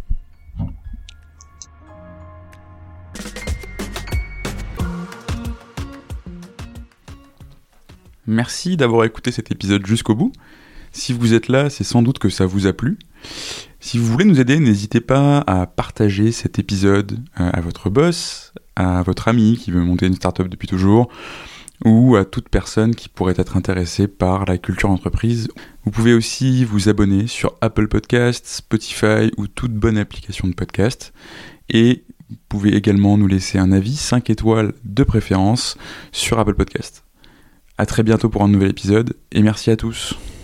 Merci d'avoir écouté cet épisode jusqu'au bout. Si vous êtes là, c'est sans doute que ça vous a plu. Si vous voulez nous aider, n'hésitez pas à partager cet épisode à votre boss, à votre ami qui veut monter une startup depuis toujours, ou à toute personne qui pourrait être intéressée par la culture entreprise. Vous pouvez aussi vous abonner sur Apple Podcasts, Spotify ou toute bonne application de podcast. Et vous pouvez également nous laisser un avis cinq étoiles de préférence sur Apple Podcasts. À très bientôt pour un nouvel épisode et merci à tous.